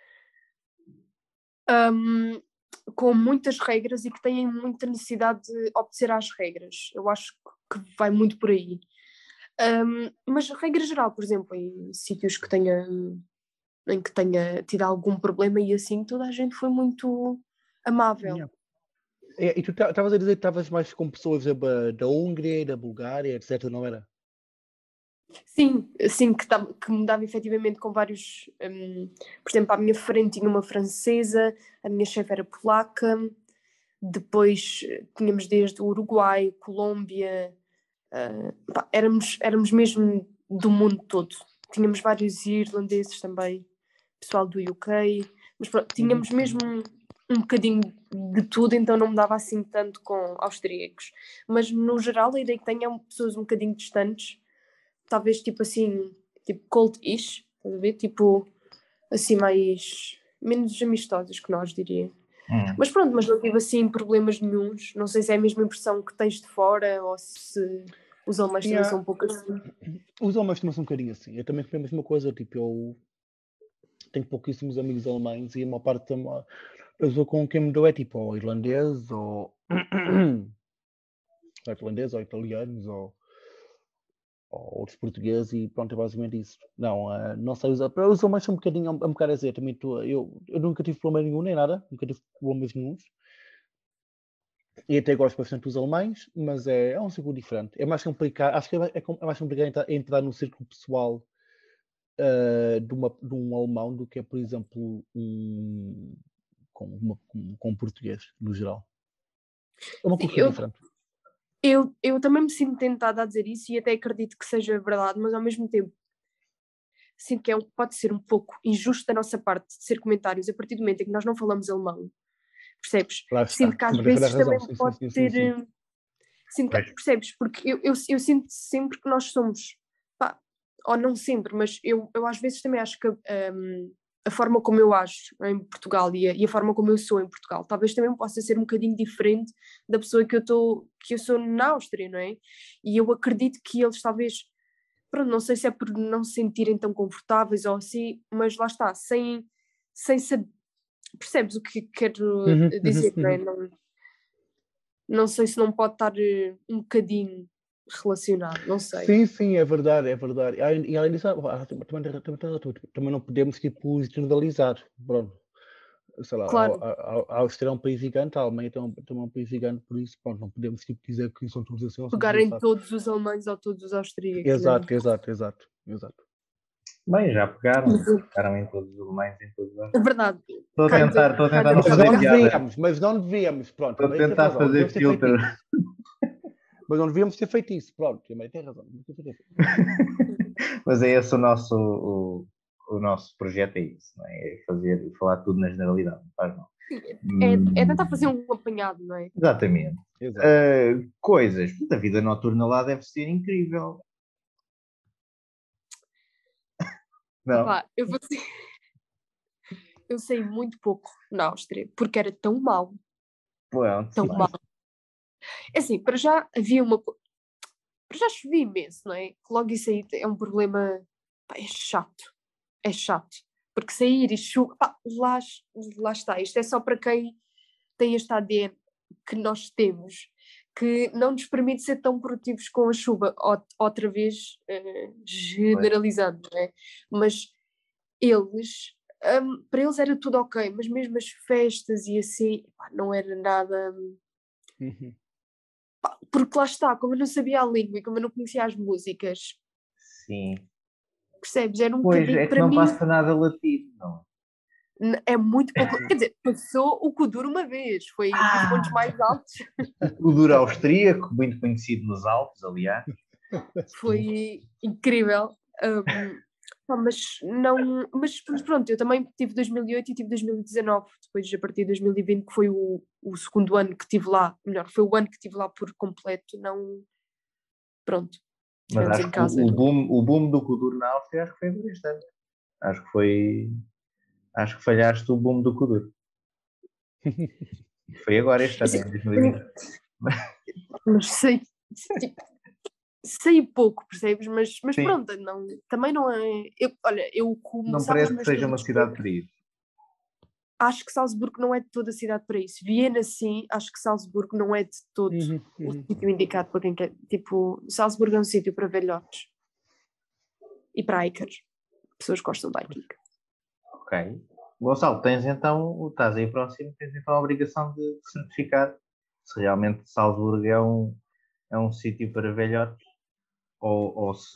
com muitas regras e que têm muita necessidade de obedecer às regras. Eu acho que vai muito por aí. Mas regra geral, por exemplo, em sítios em que tenha tido algum problema e assim, toda a gente foi muito amável. Yeah. E tu estavas a dizer que estavas mais com pessoas da Hungria, da Bulgária, etc., não era? Sim, que me dava efetivamente com vários... por exemplo, à minha frente tinha uma francesa, a minha chefe era polaca, depois tínhamos desde o Uruguai, Colômbia, éramos mesmo do mundo todo. Tínhamos vários irlandeses também, pessoal do UK, mas pronto, tínhamos mesmo um bocadinho de tudo, então não me dava assim tanto com austríacos. Mas no geral a ideia que tenho é pessoas um bocadinho distantes, talvez tipo assim, tipo cold-ish, estás a ver? Tipo assim menos amistosas que nós, diria. Mas pronto, mas não tive assim problemas nenhuns. Não sei se é a mesma impressão que tens de fora ou se os alemães também são um pouco assim. Os alemães também são um bocadinho assim. Eu também tenho a mesma coisa, tipo, eu tenho pouquíssimos amigos alemães e a maior parte eu sou com quem me dou é tipo ou irlandês ou irlandês ou italianos ou outros portugueses e pronto, é basicamente isso. Não sei usar. Para os alemães são um bocado a dizer, também eu nunca tive problema nenhum, nem nada, nunca tive problemas nenhuns. E até gosto bastante dos alemães, mas é um círculo diferente. É mais complicado, acho que é mais complicado entrar no círculo pessoal de um alemão do que é, por exemplo, com um português, no geral. É uma cultura diferente. Eu também me sinto tentada a dizer isso e até acredito que seja verdade, mas ao mesmo tempo sinto que pode ser um pouco injusto da nossa parte de ser comentários a partir do momento em que nós não falamos alemão. Percebes? Sinto que às vezes também pode ter... percebes? Porque eu sinto sempre que nós somos... ou não sempre, mas eu às vezes também acho que a forma como eu ajo em Portugal e a forma como eu sou em Portugal talvez também possa ser um bocadinho diferente da pessoa que eu sou na Áustria, não é? E eu acredito que eles talvez... Pronto, não sei se é por não se sentirem tão confortáveis ou assim, mas lá está, sem saber... Percebes o que quero dizer, não é? Não sei se não pode estar um bocadinho relacionado, não sei. Sim, é verdade. E além disso, também não podemos tipo generalizar. Pronto. Sei lá, Claro. a Áustria é um país gigante, a Alemanha também é um país gigante, por isso pronto, não podemos tipo, dizer que são todos assim. Pegarem todos os alemães ou todos os austríacos. Exato. Bem, já pegaram em todos os alemães, em todos os... É verdade. Estou a tentar não fazer piada. Mas não devíamos, pronto. Estou a tentar fazer filtro. Mas não devíamos ter feito isso, pronto, também tem razão. Mas é esse o nosso projeto, é isso, não é? É falar tudo na generalidade, não faz mal. É tentar fazer um apanhado, não é? Exatamente. Coisas da vida noturna lá deve ser incrível. Não? Opa, eu sei muito pouco na Áustria, porque era tão mau. Tão mau. É assim, para já havia para já chovia imenso, não é? Logo isso aí é um problema. Pá, é chato. É chato. Porque sair e chuva. Pá, lá está. Isto é só para quem tem este ADN que nós temos, que não nos permite ser tão produtivos com a chuva. Outra vez, generalizando, não é? Mas eles. Para eles era tudo ok, mas mesmo as festas e assim, pá, não era nada. Porque lá está, como eu não sabia a língua e como eu não conhecia as músicas. Sim. Percebes? Era um pois, bocadinho é que para não mim. passa nada latino, não. É muito pouco. Quer dizer, passou o Kuduro uma vez, foi um dos pontos mais altos. O Kuduro austríaco, muito conhecido nos Alpes, aliás. Foi incrível. Mas pronto, eu também tive 2008 e tive 2019, depois a partir de 2020, que foi o segundo ano que tive lá, melhor, foi o ano que tive lá por completo, não. Pronto. Mas acho que o boom do Kuduro na Áustria acho que foi por este ano. Acho que falhaste o boom do Kuduro. Foi agora este ano, em 2020. Mas sei pouco, percebes? Mas pronto, não, também não é. Eu como. Não parece que seja uma cidade para isso. Acho que Salzburgo não é de toda a cidade para isso. Viena, sim, acho que Salzburgo não é de todo o sítio indicado para quem quer. Tipo, Salzburgo é um sítio para velhotes e para hikers. Pessoas gostam de hiking. Ok. Gonçalo, estás aí próximo, tens então a obrigação de certificar se realmente Salzburgo é um sítio para velhotes ou se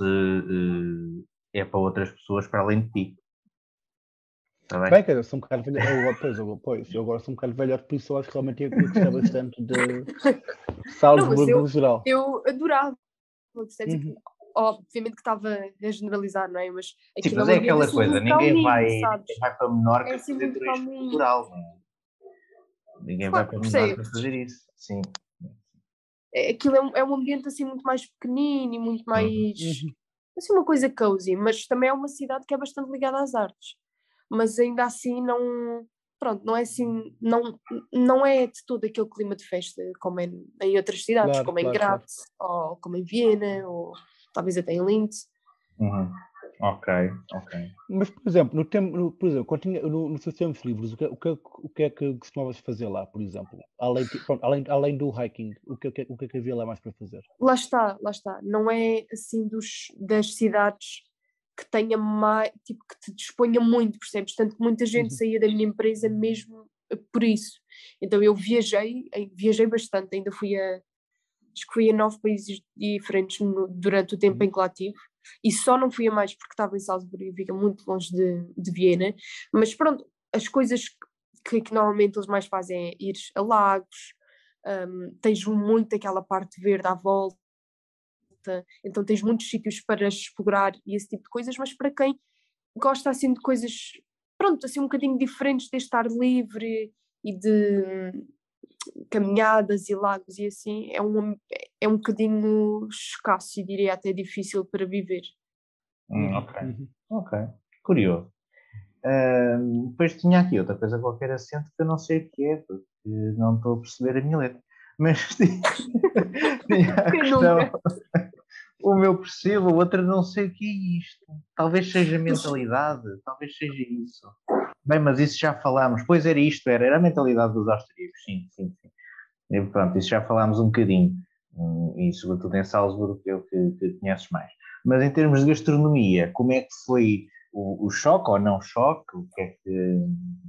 é para outras pessoas para além de ti. Está bem? Bem, cara, eu sou um bocado velho. Eu agora sou um bocado velhote, por isso eu acho que realmente eu gostava bastante de Salzburgo no geral. Eu adorava, percebes? Obviamente que estava a generalizar, não é? Mas sim, mas é aquela coisa, ninguém vai para Menorca é assim, fazer turismo cultural, não é? Ninguém vai para Menorca fazer isso, sim. Aquilo é um ambiente assim muito mais pequenino e muito mais assim, uma coisa cozy, mas também é uma cidade que é bastante ligada às artes, mas ainda assim não é assim, não é de todo aquele clima de festa como é em outras cidades, como em Graz, ou como em Viena, ou talvez até em Linz. Ok. Mas, por exemplo, nos seus tempos livres, o que é que costumavas fazer lá, por exemplo? Além do hiking, o que é que havia lá mais para fazer? Lá está. Não é assim das cidades que tenha mais, tipo, que te disponha muito, percebes? Tanto que muita gente saía da minha empresa mesmo por isso. Então eu viajei bastante, acho que fui a 9 países diferentes durante o tempo em que lá estive, e só não fui a mais porque estava em Salzburgo e fica muito longe de Viena, mas pronto, as coisas que normalmente eles mais fazem é ir a lagos, tens muito aquela parte verde à volta, então tens muitos sítios para explorar e esse tipo de coisas, mas para quem gosta assim de coisas, pronto, assim um bocadinho diferentes, de estar livre e de caminhadas e lagos e assim, é um bocadinho escasso e diria até difícil para viver. Ok. Curioso. Depois tinha aqui outra coisa qualquer acento que eu não sei o que é, porque não estou a perceber a minha letra. Mas tinha a questão. O meu percebo, o outro não sei o que é isto. Talvez seja mentalidade, talvez seja isso. Bem, mas isso já falámos. Pois era a mentalidade dos austríacos, sim. E pronto, isso já falámos um bocadinho. E sobretudo em Salzburgo, que é o que conheces mais. Mas em termos de gastronomia, como é que foi o choque ou não choque? O que é que...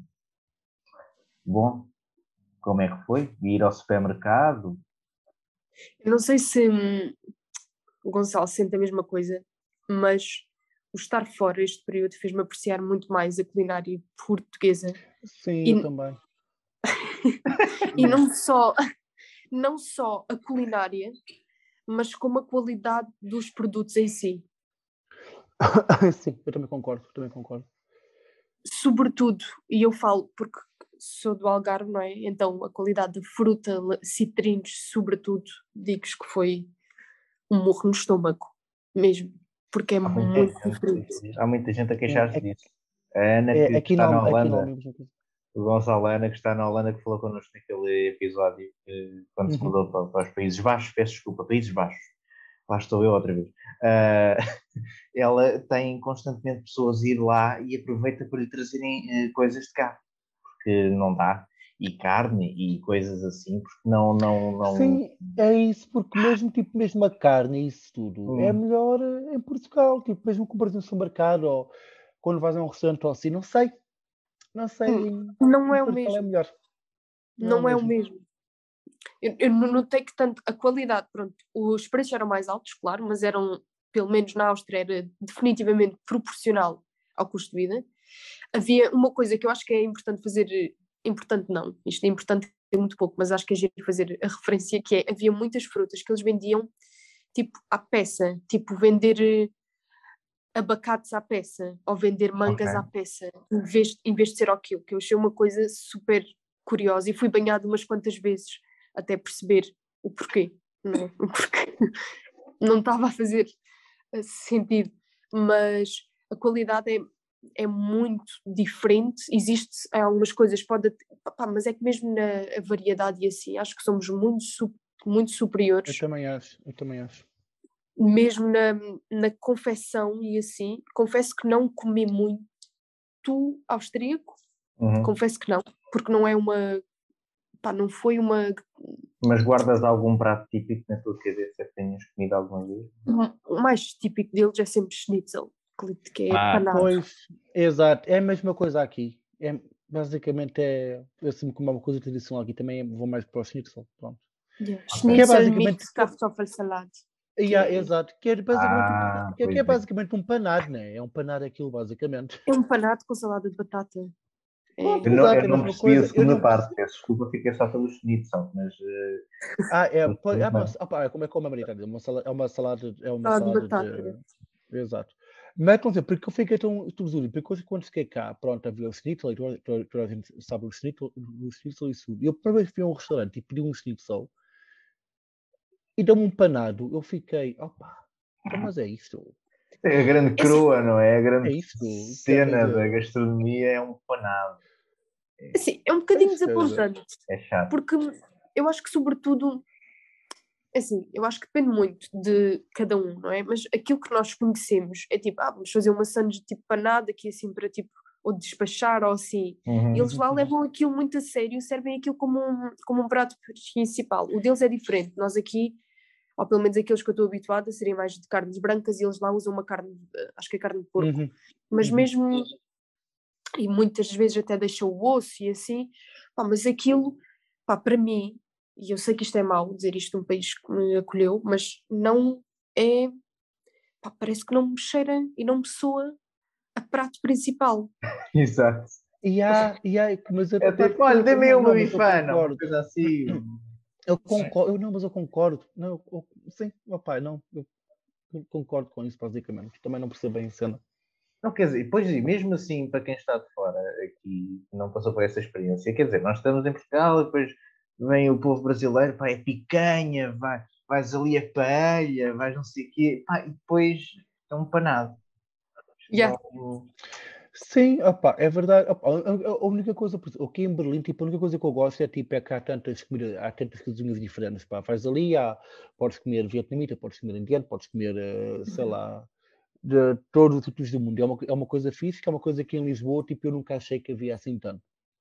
Bom, como é que foi? Ir ao supermercado? Eu não sei se o Gonçalo sente a mesma coisa, mas o estar fora este período fez-me apreciar muito mais a culinária portuguesa. Sim, eu também. E não só a culinária, mas com a qualidade dos produtos em si. Sim, eu também concordo. Sobretudo, e eu falo porque sou do Algarve, não é? Então a qualidade de fruta, citrinos, sobretudo, digo-vos que foi um murro no estômago, mesmo, porque é muito diferente. Há muita gente a queixar-se disso. A Ana, que aqui está não, na Holanda, aqui não, o Gonçalo Ana, que está na Holanda, que falou connosco naquele episódio, quando se mudou para os Países Baixos, peço desculpa, Países Baixos, lá estou eu outra vez. Ela tem constantemente pessoas a ir lá e aproveita para lhe trazerem coisas de cá, porque não dá, e carne e coisas assim, porque não... Sim, é isso, porque mesmo a carne e isso tudo é melhor em Portugal, tipo, mesmo compras no supermercado ou quando vais a um restaurante ou assim, não sei, não é o Portugal mesmo. é melhor. Não é o mesmo. Eu notei que tanto a qualidade, pronto, os preços eram mais altos, claro, mas eram, pelo menos na Áustria, era definitivamente proporcional ao custo de vida. Havia uma coisa que eu acho que é importante fazer, importante não, isto é importante é muito pouco, mas acho que é giro fazer a referência, que é, havia muitas frutas que eles vendiam, tipo, à peça, tipo, vender abacates à peça, ou vender mangas à peça, em vez de ser ao quilo, que eu achei uma coisa super curiosa, e fui banhada umas quantas vezes até perceber o porquê, não é? O porquê. Não estava a fazer sentido, mas a qualidade é muito diferente, existe algumas coisas, mas é que mesmo na variedade e assim, acho que somos muito superiores. Eu também acho. Mesmo na confecção e assim, confesso que não comi muito austríaco, confesso que não, porque não é uma, não foi uma... Mas guardas algum prato típico na tua cabeça que tenhas comido alguma vez? O mais típico deles é sempre schnitzel, que é panado. Pois, exato, é a mesma coisa aqui. Basicamente eu sempre como uma coisa tradicional aqui também vou mais para o schnitzel, pronto. Schnitzel, Que é basicamente mit Kartoffelsalat. exato, que é basicamente um panado, né? É um panado aquilo, basicamente. É um panado com salada de batata. Eu não percebi a segunda parte, peço desculpa, fiquei só pelo schnitzel, mas... como a Maria está a dizer, é uma salada de batata. Exato. Mas, não sei, porque eu fiquei tão dúvida, porque quando fiquei cá, pronto, havia o schnitzel, e toda a gente sabe o schnitzel e isso. Eu, para vez, fui a um restaurante e pedi um schnitzel, e deu-me um panado, eu fiquei, mas é isto? É a grande coroa, não é? A grande cena da gastronomia é um panado. Sim, é um bocadinho desapontante. É chato. Porque eu acho que, sobretudo, assim, eu acho que depende muito de cada um, não é? Mas aquilo que nós conhecemos é tipo, vamos fazer uma sandes tipo panada aqui assim para tipo, ou despachar ou assim. E eles lá levam aquilo muito a sério, servem aquilo como um prato principal. O deles é diferente. Nós aqui, ou pelo menos aqueles que eu estou habituada, seriam mais de carnes brancas e eles lá usam uma carne, acho que é carne de porco. Mas mesmo, e muitas vezes até deixam o osso e assim, mas aquilo, para mim, e eu sei que isto é mau dizer isto num país que me acolheu, mas não é, parece que não me cheira e não me soa a prato principal. Exato. Mas eu olha, dê-me uma bifana, uma coisa assim. Eu concordo, mas eu concordo. Não, sim, meu pai, não, eu concordo com isso, basicamente. Também não percebo bem a cena. Não, quer dizer, pois mesmo assim, para quem está de fora aqui, não passou por essa experiência, quer dizer, nós estamos em Portugal e depois vem o povo brasileiro, é picanha, vais ali a paella, vais não sei o quê, e depois é um panado. Sim, é verdade. A única coisa, aqui em Berlim, tipo, a única coisa que eu gosto é tipo, que há tantas cozinhas diferentes, faz ali, podes comer vietnamita, podes comer indiano, podes comer, sei lá, de todos os tipos do mundo. É uma coisa fixe, que é uma coisa que em Lisboa, tipo, eu nunca achei que havia assim tanto.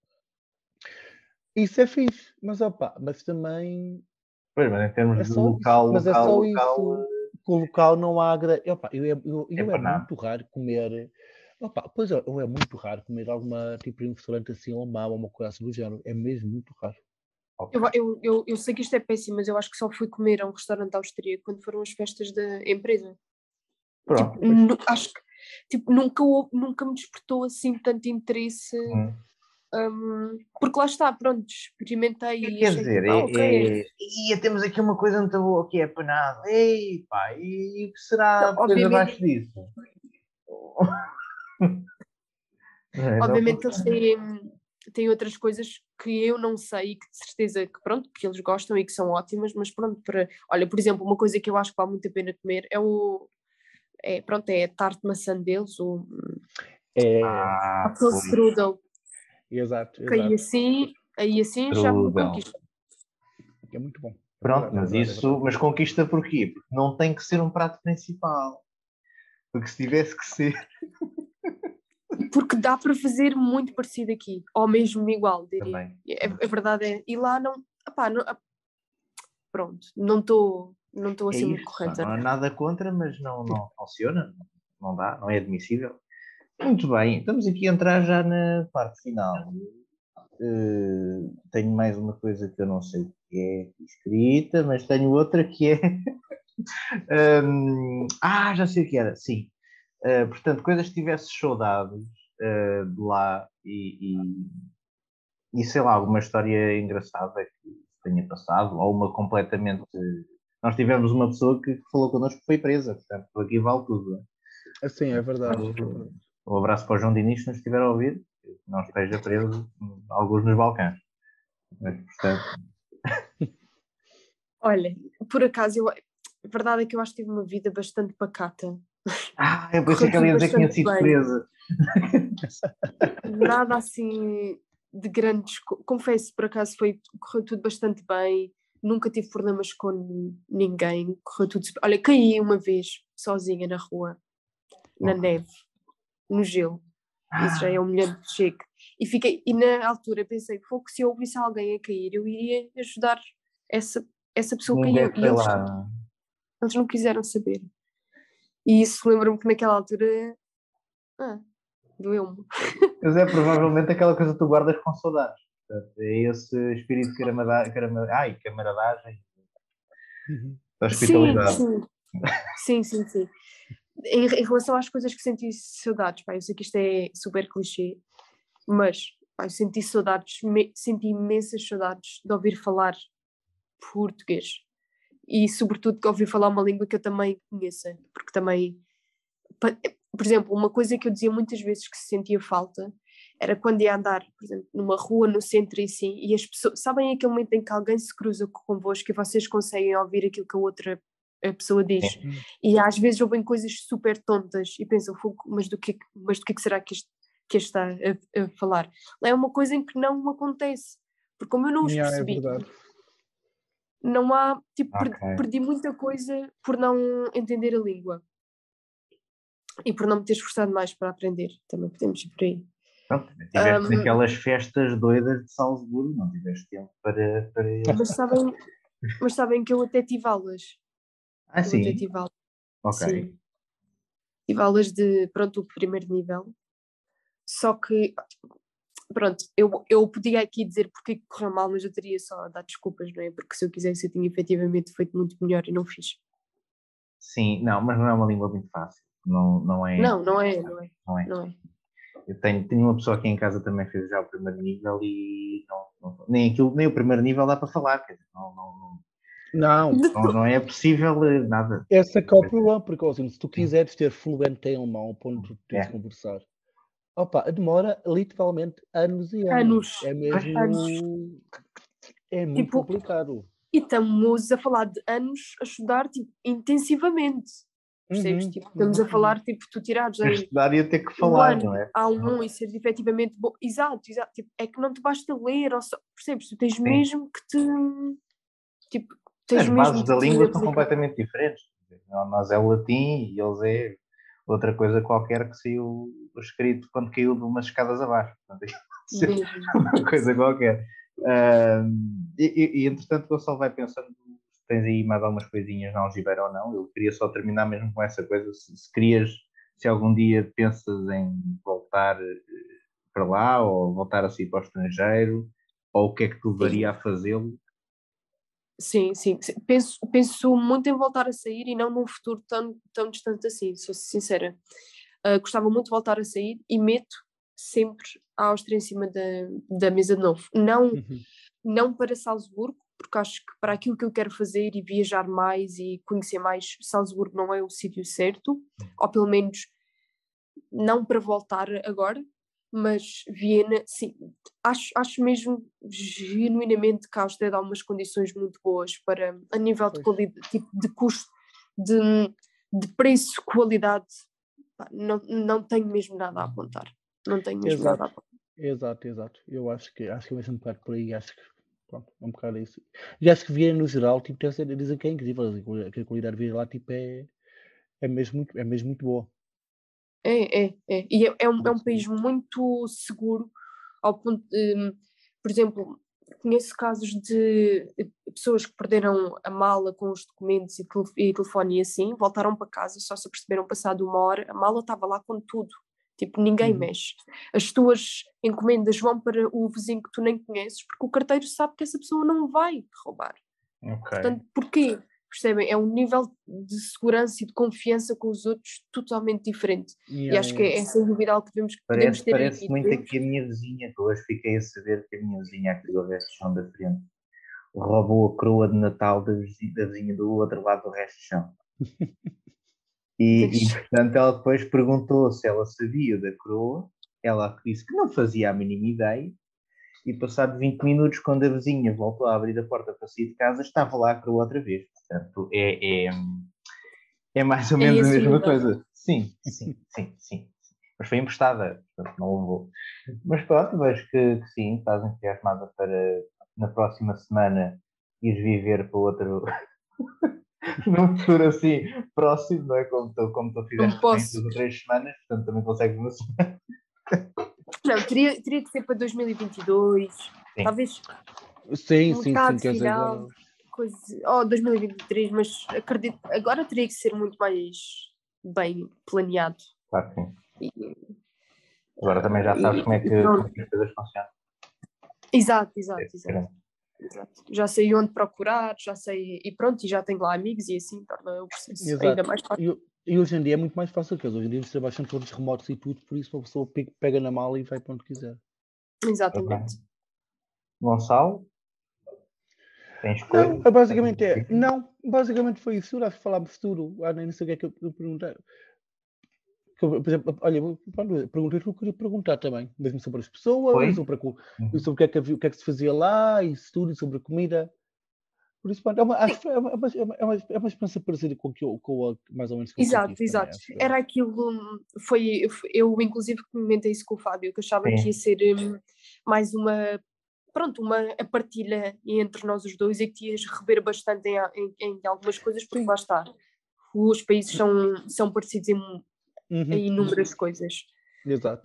Isso é fixe, mas também... Pois, mas em termos de local, isso. Com o local não há... é muito raro comer... é muito raro comer alguma, tipo, em um restaurante assim alemão ou uma coisa assim do género. É mesmo muito raro. Okay. Eu sei que isto é péssimo, mas eu acho que só fui comer a um restaurante austríaco quando foram as festas da empresa. Tipo, acho que tipo, nunca me despertou assim tanto interesse porque lá está, pronto, experimentei e quer achei dizer, que, temos aqui uma coisa muito boa que é panado. Ei, pá, e o que será Não, depois abaixo disso? obviamente eles têm outras coisas que eu não sei e que de certeza que, pronto, que eles gostam e que são ótimas, mas pronto, olha, por exemplo, uma coisa que eu acho que vale muito a pena comer é a tarte de maçã deles, aquele strudel. Exato. Que aí assim já me conquista. É muito bom. Pronto, mas conquista porquê? Porque não tem que ser um prato principal. Porque se tivesse que ser... Porque dá para fazer muito parecido aqui, ou mesmo igual, diria. Também. A verdade é, e lá não, pronto, não estou assim muito correta. Não há nada contra, mas não funciona, não dá, não é admissível. Muito bem, estamos aqui a entrar já na parte final. Tenho mais uma coisa que eu não sei o que é escrita, mas tenho outra que é... já sei o que era, sim. Portanto, coisas que tivesse saudades de lá e sei lá, alguma história engraçada que tenha passado, ou uma completamente... Nós tivemos uma pessoa que falou connosco que foi presa, portanto, aqui vale tudo. Sim, é verdade. Um abraço para o João Diniz, se nos estiver a ouvir, que não esteja preso, alguns nos Balcãs. Mas, portanto... Olha, por acaso, a verdade é que eu acho que tive uma vida bastante pacata. Eu pensei que ela ia dizer que tinha sido presa. Nada assim de grandes... Confesso, por acaso, correu tudo bastante bem. Nunca tive problemas com ninguém. Correu tudo... Olha, caí uma vez, sozinha na rua, na neve, no gelo. Isso já é humilhante, chega. E na altura pensei, se eu ouvisse alguém a cair, eu iria ajudar essa pessoa que caiu. E eles não quiseram saber. E isso lembra-me que naquela altura doeu-me. Mas é provavelmente aquela coisa que tu guardas com saudades. Portanto, é esse espírito de camaradagem, da hospitalidade. Sim. Em relação às coisas que senti saudades, eu sei que isto é super clichê, mas eu senti saudades, senti imensas saudades de ouvir falar português e sobretudo de ouvir falar uma língua que eu também conheça, porque também, por exemplo, uma coisa que eu dizia muitas vezes que se sentia falta era quando ia andar, por exemplo, numa rua, no centro e assim, e as pessoas, sabem aquele momento em que alguém se cruza convosco e vocês conseguem ouvir aquilo que a pessoa diz, e às vezes ouvem coisas super tontas e pensam, mas do que será que este está a falar? É uma coisa em que não acontece, porque como eu não os percebi, não há, perdi muita coisa por não entender a língua e por não me ter esforçado mais para aprender, também podemos ir por aí. Pronto, tiveste naquelas festas doidas de Salzburgo, não tiveste tempo para mas sabem que eu até tive aulas. Sim? Até tive aulas. Ok. Sim. Tive aulas de, o primeiro nível. Só que, pronto, eu podia aqui dizer porque correu mal, mas eu teria só a dar desculpas, não é? Porque se eu quisesse eu tinha efetivamente feito muito melhor e não fiz. Sim, não, mas não é uma língua muito fácil. Não é. Não é. Eu tenho uma pessoa aqui em casa que também fez já o primeiro nível e nem o primeiro nível dá para falar, quer dizer, não é possível nada. Esse é que é o problema, porque assim, se tu quiseres ter fluente em alemão ao ponto de teres de conversar, demora literalmente anos e anos. É mesmo anos. É muito complicado. E estamos a falar de anos a estudar intensivamente. Percebes? Estamos a falar, tu tirares a estudar e a ter que falar, não é? Há e ser efetivamente bom. Exato. É que não te basta ler, ou só, percebes? Tu tens mesmo que as bases da língua são completamente diferentes. Nós é o latim e eles é outra coisa qualquer que saiu escrito quando caiu de umas escadas abaixo. Uma coisa qualquer. Entretanto, o Gonçalo vai pensando se tens aí mais algumas coisinhas na algibeira ou não. Eu queria só terminar mesmo com essa coisa. Se algum dia pensas em voltar para lá ou voltar a sair para o estrangeiro, ou o que é que te levaria a fazê-lo? Sim. Penso muito em voltar a sair e não num futuro tão distante assim, sou sincera. Gostava muito de voltar a sair e meto sempre a Áustria em cima da mesa de novo. Não para Salzburgo, porque acho que para aquilo que eu quero fazer e viajar mais e conhecer mais, Salzburgo não é o sítio certo, ou pelo menos não para voltar agora, mas Viena, sim, acho mesmo genuinamente que a Áustria dá umas condições muito boas para, a nível de qualidade, tipo de custo, de preço, qualidade, pá, não tenho mesmo nada a apontar. Não tenho mesmo nada a apontar. Exato. Eu acho que é mesmo um bocado por aí, acho que pronto, é um bocado isso. E acho que Viena no geral, tipo, dizem que é incrível, que a qualidade de vida lá tipo, é mesmo muito boa. É. E é um país muito seguro, ao ponto de, por exemplo, conheço casos de pessoas que perderam a mala com os documentos e telefone e assim, voltaram para casa, só se aperceberam passado 1 hora, a mala estava lá com tudo. Tipo, ninguém mexe. As tuas encomendas vão para o vizinho que tu nem conheces, porque o carteiro sabe que essa pessoa não vai roubar. Portanto, porquê? Percebem? É um nível de segurança e de confiança com os outros totalmente diferente. E acho que é sem dúvida algo que devemos ter Parece aí. muito aqui a minha vizinha, que hoje fiquei a saber que a minha vizinha aqui ao resto do chão da frente roubou a coroa de Natal da vizinha do outro lado do resto do chão. E portanto ela depois perguntou se ela sabia da coroa, ela disse que não fazia a mínima ideia, e passado 20 minutos, quando a vizinha voltou a abrir a porta para sair de casa, estava lá a coroa outra vez. Portanto, é mais ou menos a mesma coisa. Sim. Mas foi emprestada, portanto não levou. Mas pronto, vejo que sim, estás entusiasmada para na próxima semana ires viver para outro. Num futuro assim próximo, não é? Como tu fizeste também 2 ou 3 semanas, portanto também consegues uma semana. Não, teria que ser para 2022, Sim. talvez Sim, final, coisa, ou 2023, mas acredito, agora teria que ser muito mais bem planeado. Claro que sim. Agora também já sabes como é que as coisas funcionam. Exato. Já sei onde procurar, já sei, e pronto, e já tenho lá amigos e assim torna o processo ainda mais fácil. E hoje em dia é muito mais fácil, que hoje em dia os trabalhos são todos remotos e tudo, por isso uma pessoa pega na mala e vai para onde quiser. Exatamente. Gonçalo? Tens coisa? Basicamente foi isso. Acho que falámos de tudo. Nem sei o que é que eu perguntei. Por exemplo, olha, perguntei o que eu queria perguntar também, mesmo sobre as pessoas, sobre o que é que se fazia lá, isso tudo, e sobre a comida. Por isso, pronto, acho que é uma experiência parecida com mais ou menos com o que eu tive. Exato. Também, era aquilo, eu inclusive comentei isso com o Fábio, que achava que ia ser mais uma a partilha entre nós os dois e que ias rever bastante em algumas coisas, porque lá está, os países são parecidos em inúmeras coisas. Exato.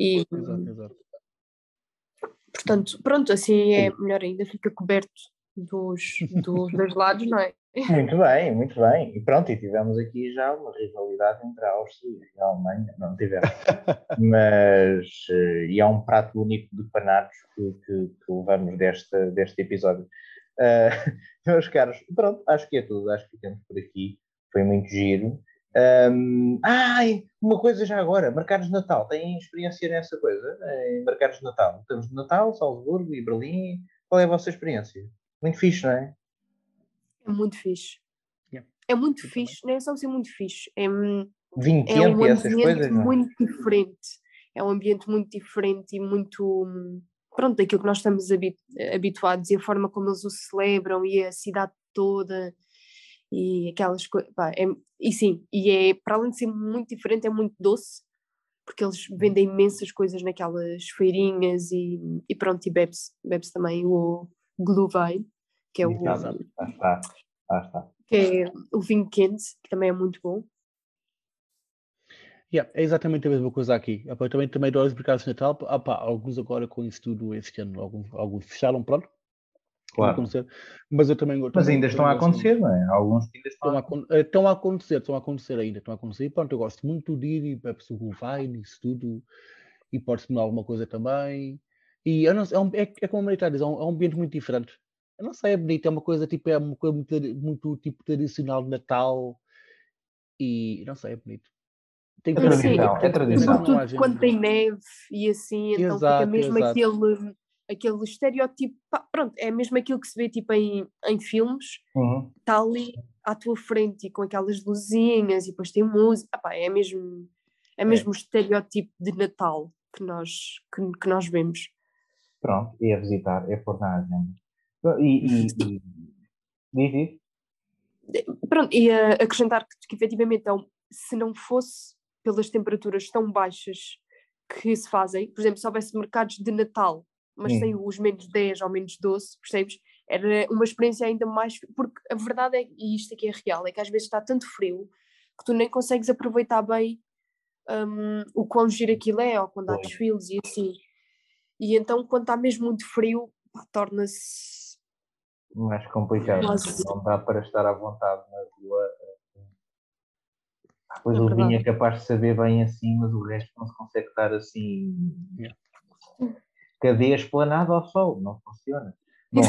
Portanto, pronto, assim é melhor ainda, fica coberto dos dois lados, não é? Muito bem. E pronto, e tivemos aqui já uma rivalidade entre a Áustria e a Alemanha. Não tivemos. Mas, e é um prato único de panados que levamos deste episódio. Meus caros, pronto, acho que é tudo. Acho que ficamos por aqui. Foi muito giro. Uma coisa já agora, mercados de Natal. Têm experiência nessa coisa? Em mercados de Natal? Temos de Natal, Salzburgo e Berlim. Qual é a vossa experiência? Muito fixe, não é? É muito fixe. É muito fixe, não é só ser muito fixe. É um ambiente muito diferente. É um ambiente muito diferente e muito, pronto, daquilo que nós estamos habituados, e a forma como eles o celebram e a cidade toda e aquelas coisas. E sim, para além de ser muito diferente, é muito doce, porque eles vendem imensas coisas naquelas feirinhas e pronto, e bebe-se também o Glühwein, que é o que é o vinho quente, que também é muito bom. É exatamente a mesma coisa aqui. Também adoro os mercados de Natal. Alguns agora com isso tudo este ano, alguns fecharam, pronto. Claro. Mas eu também gosto. Mas ainda estão a acontecer, não é? Alguns ainda estão a acontecer ainda. Pronto, eu gosto muito de ir e bebe-se o Glühwein, isso tudo, e pode-se tomar alguma coisa também. E eu não sei, é como a Maria diz, é um ambiente muito diferente. Eu não sei, é bonito, é uma coisa muito tipo tradicional de Natal, e não sei, é bonito. tem que é tradição. Sobretudo quando tem neve e assim, então fica mesmo aquele estereótipo, pronto, é mesmo aquilo que se vê tipo em filmes, está ali à tua frente e com aquelas luzinhas e depois tem música, é mesmo o estereótipo de Natal que nós vemos. Pronto, e a visitar, é pôr na agenda. Diz? Pronto, e acrescentar que efetivamente, então, se não fosse pelas temperaturas tão baixas que se fazem, por exemplo, se houvesse mercados de Natal, mas sem os menos 10 ou menos 12, percebes? Era uma experiência ainda mais... Porque a verdade é, e isto aqui é real, é que às vezes está tanto frio que tu nem consegues aproveitar bem o quão giro aquilo é, ou quando há desfiles e assim. E então, quando está mesmo muito frio, torna-se... mais complicado. Não dá para estar à vontade na rua. Pois o vinho é capaz de saber bem assim, mas o resto não se consegue estar assim. Cadê a esplanada ao sol? Não funciona. Bom,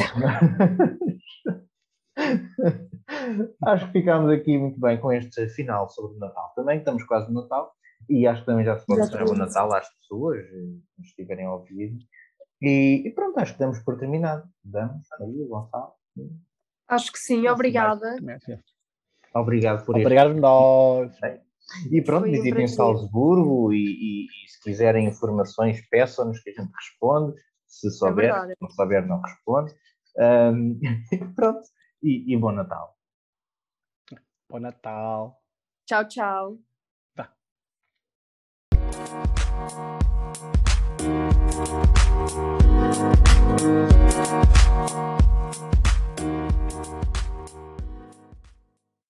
acho que ficámos aqui muito bem com este final sobre o Natal. Também estamos quase no Natal e acho que também já se pode desejar o Natal às pessoas que nos estiverem a ouvir. E pronto, acho que damos por terminado. Damos, aí, Gonçalo. Acho que sim, obrigada. Obrigado por Obrigado nós. E pronto, visitem Salzburgo e se quiserem informações, peçam-nos que a gente responde. Se souber, se não souber, não responde. Pronto, e bom Natal. Bom Natal. Tchau, tchau. Tá.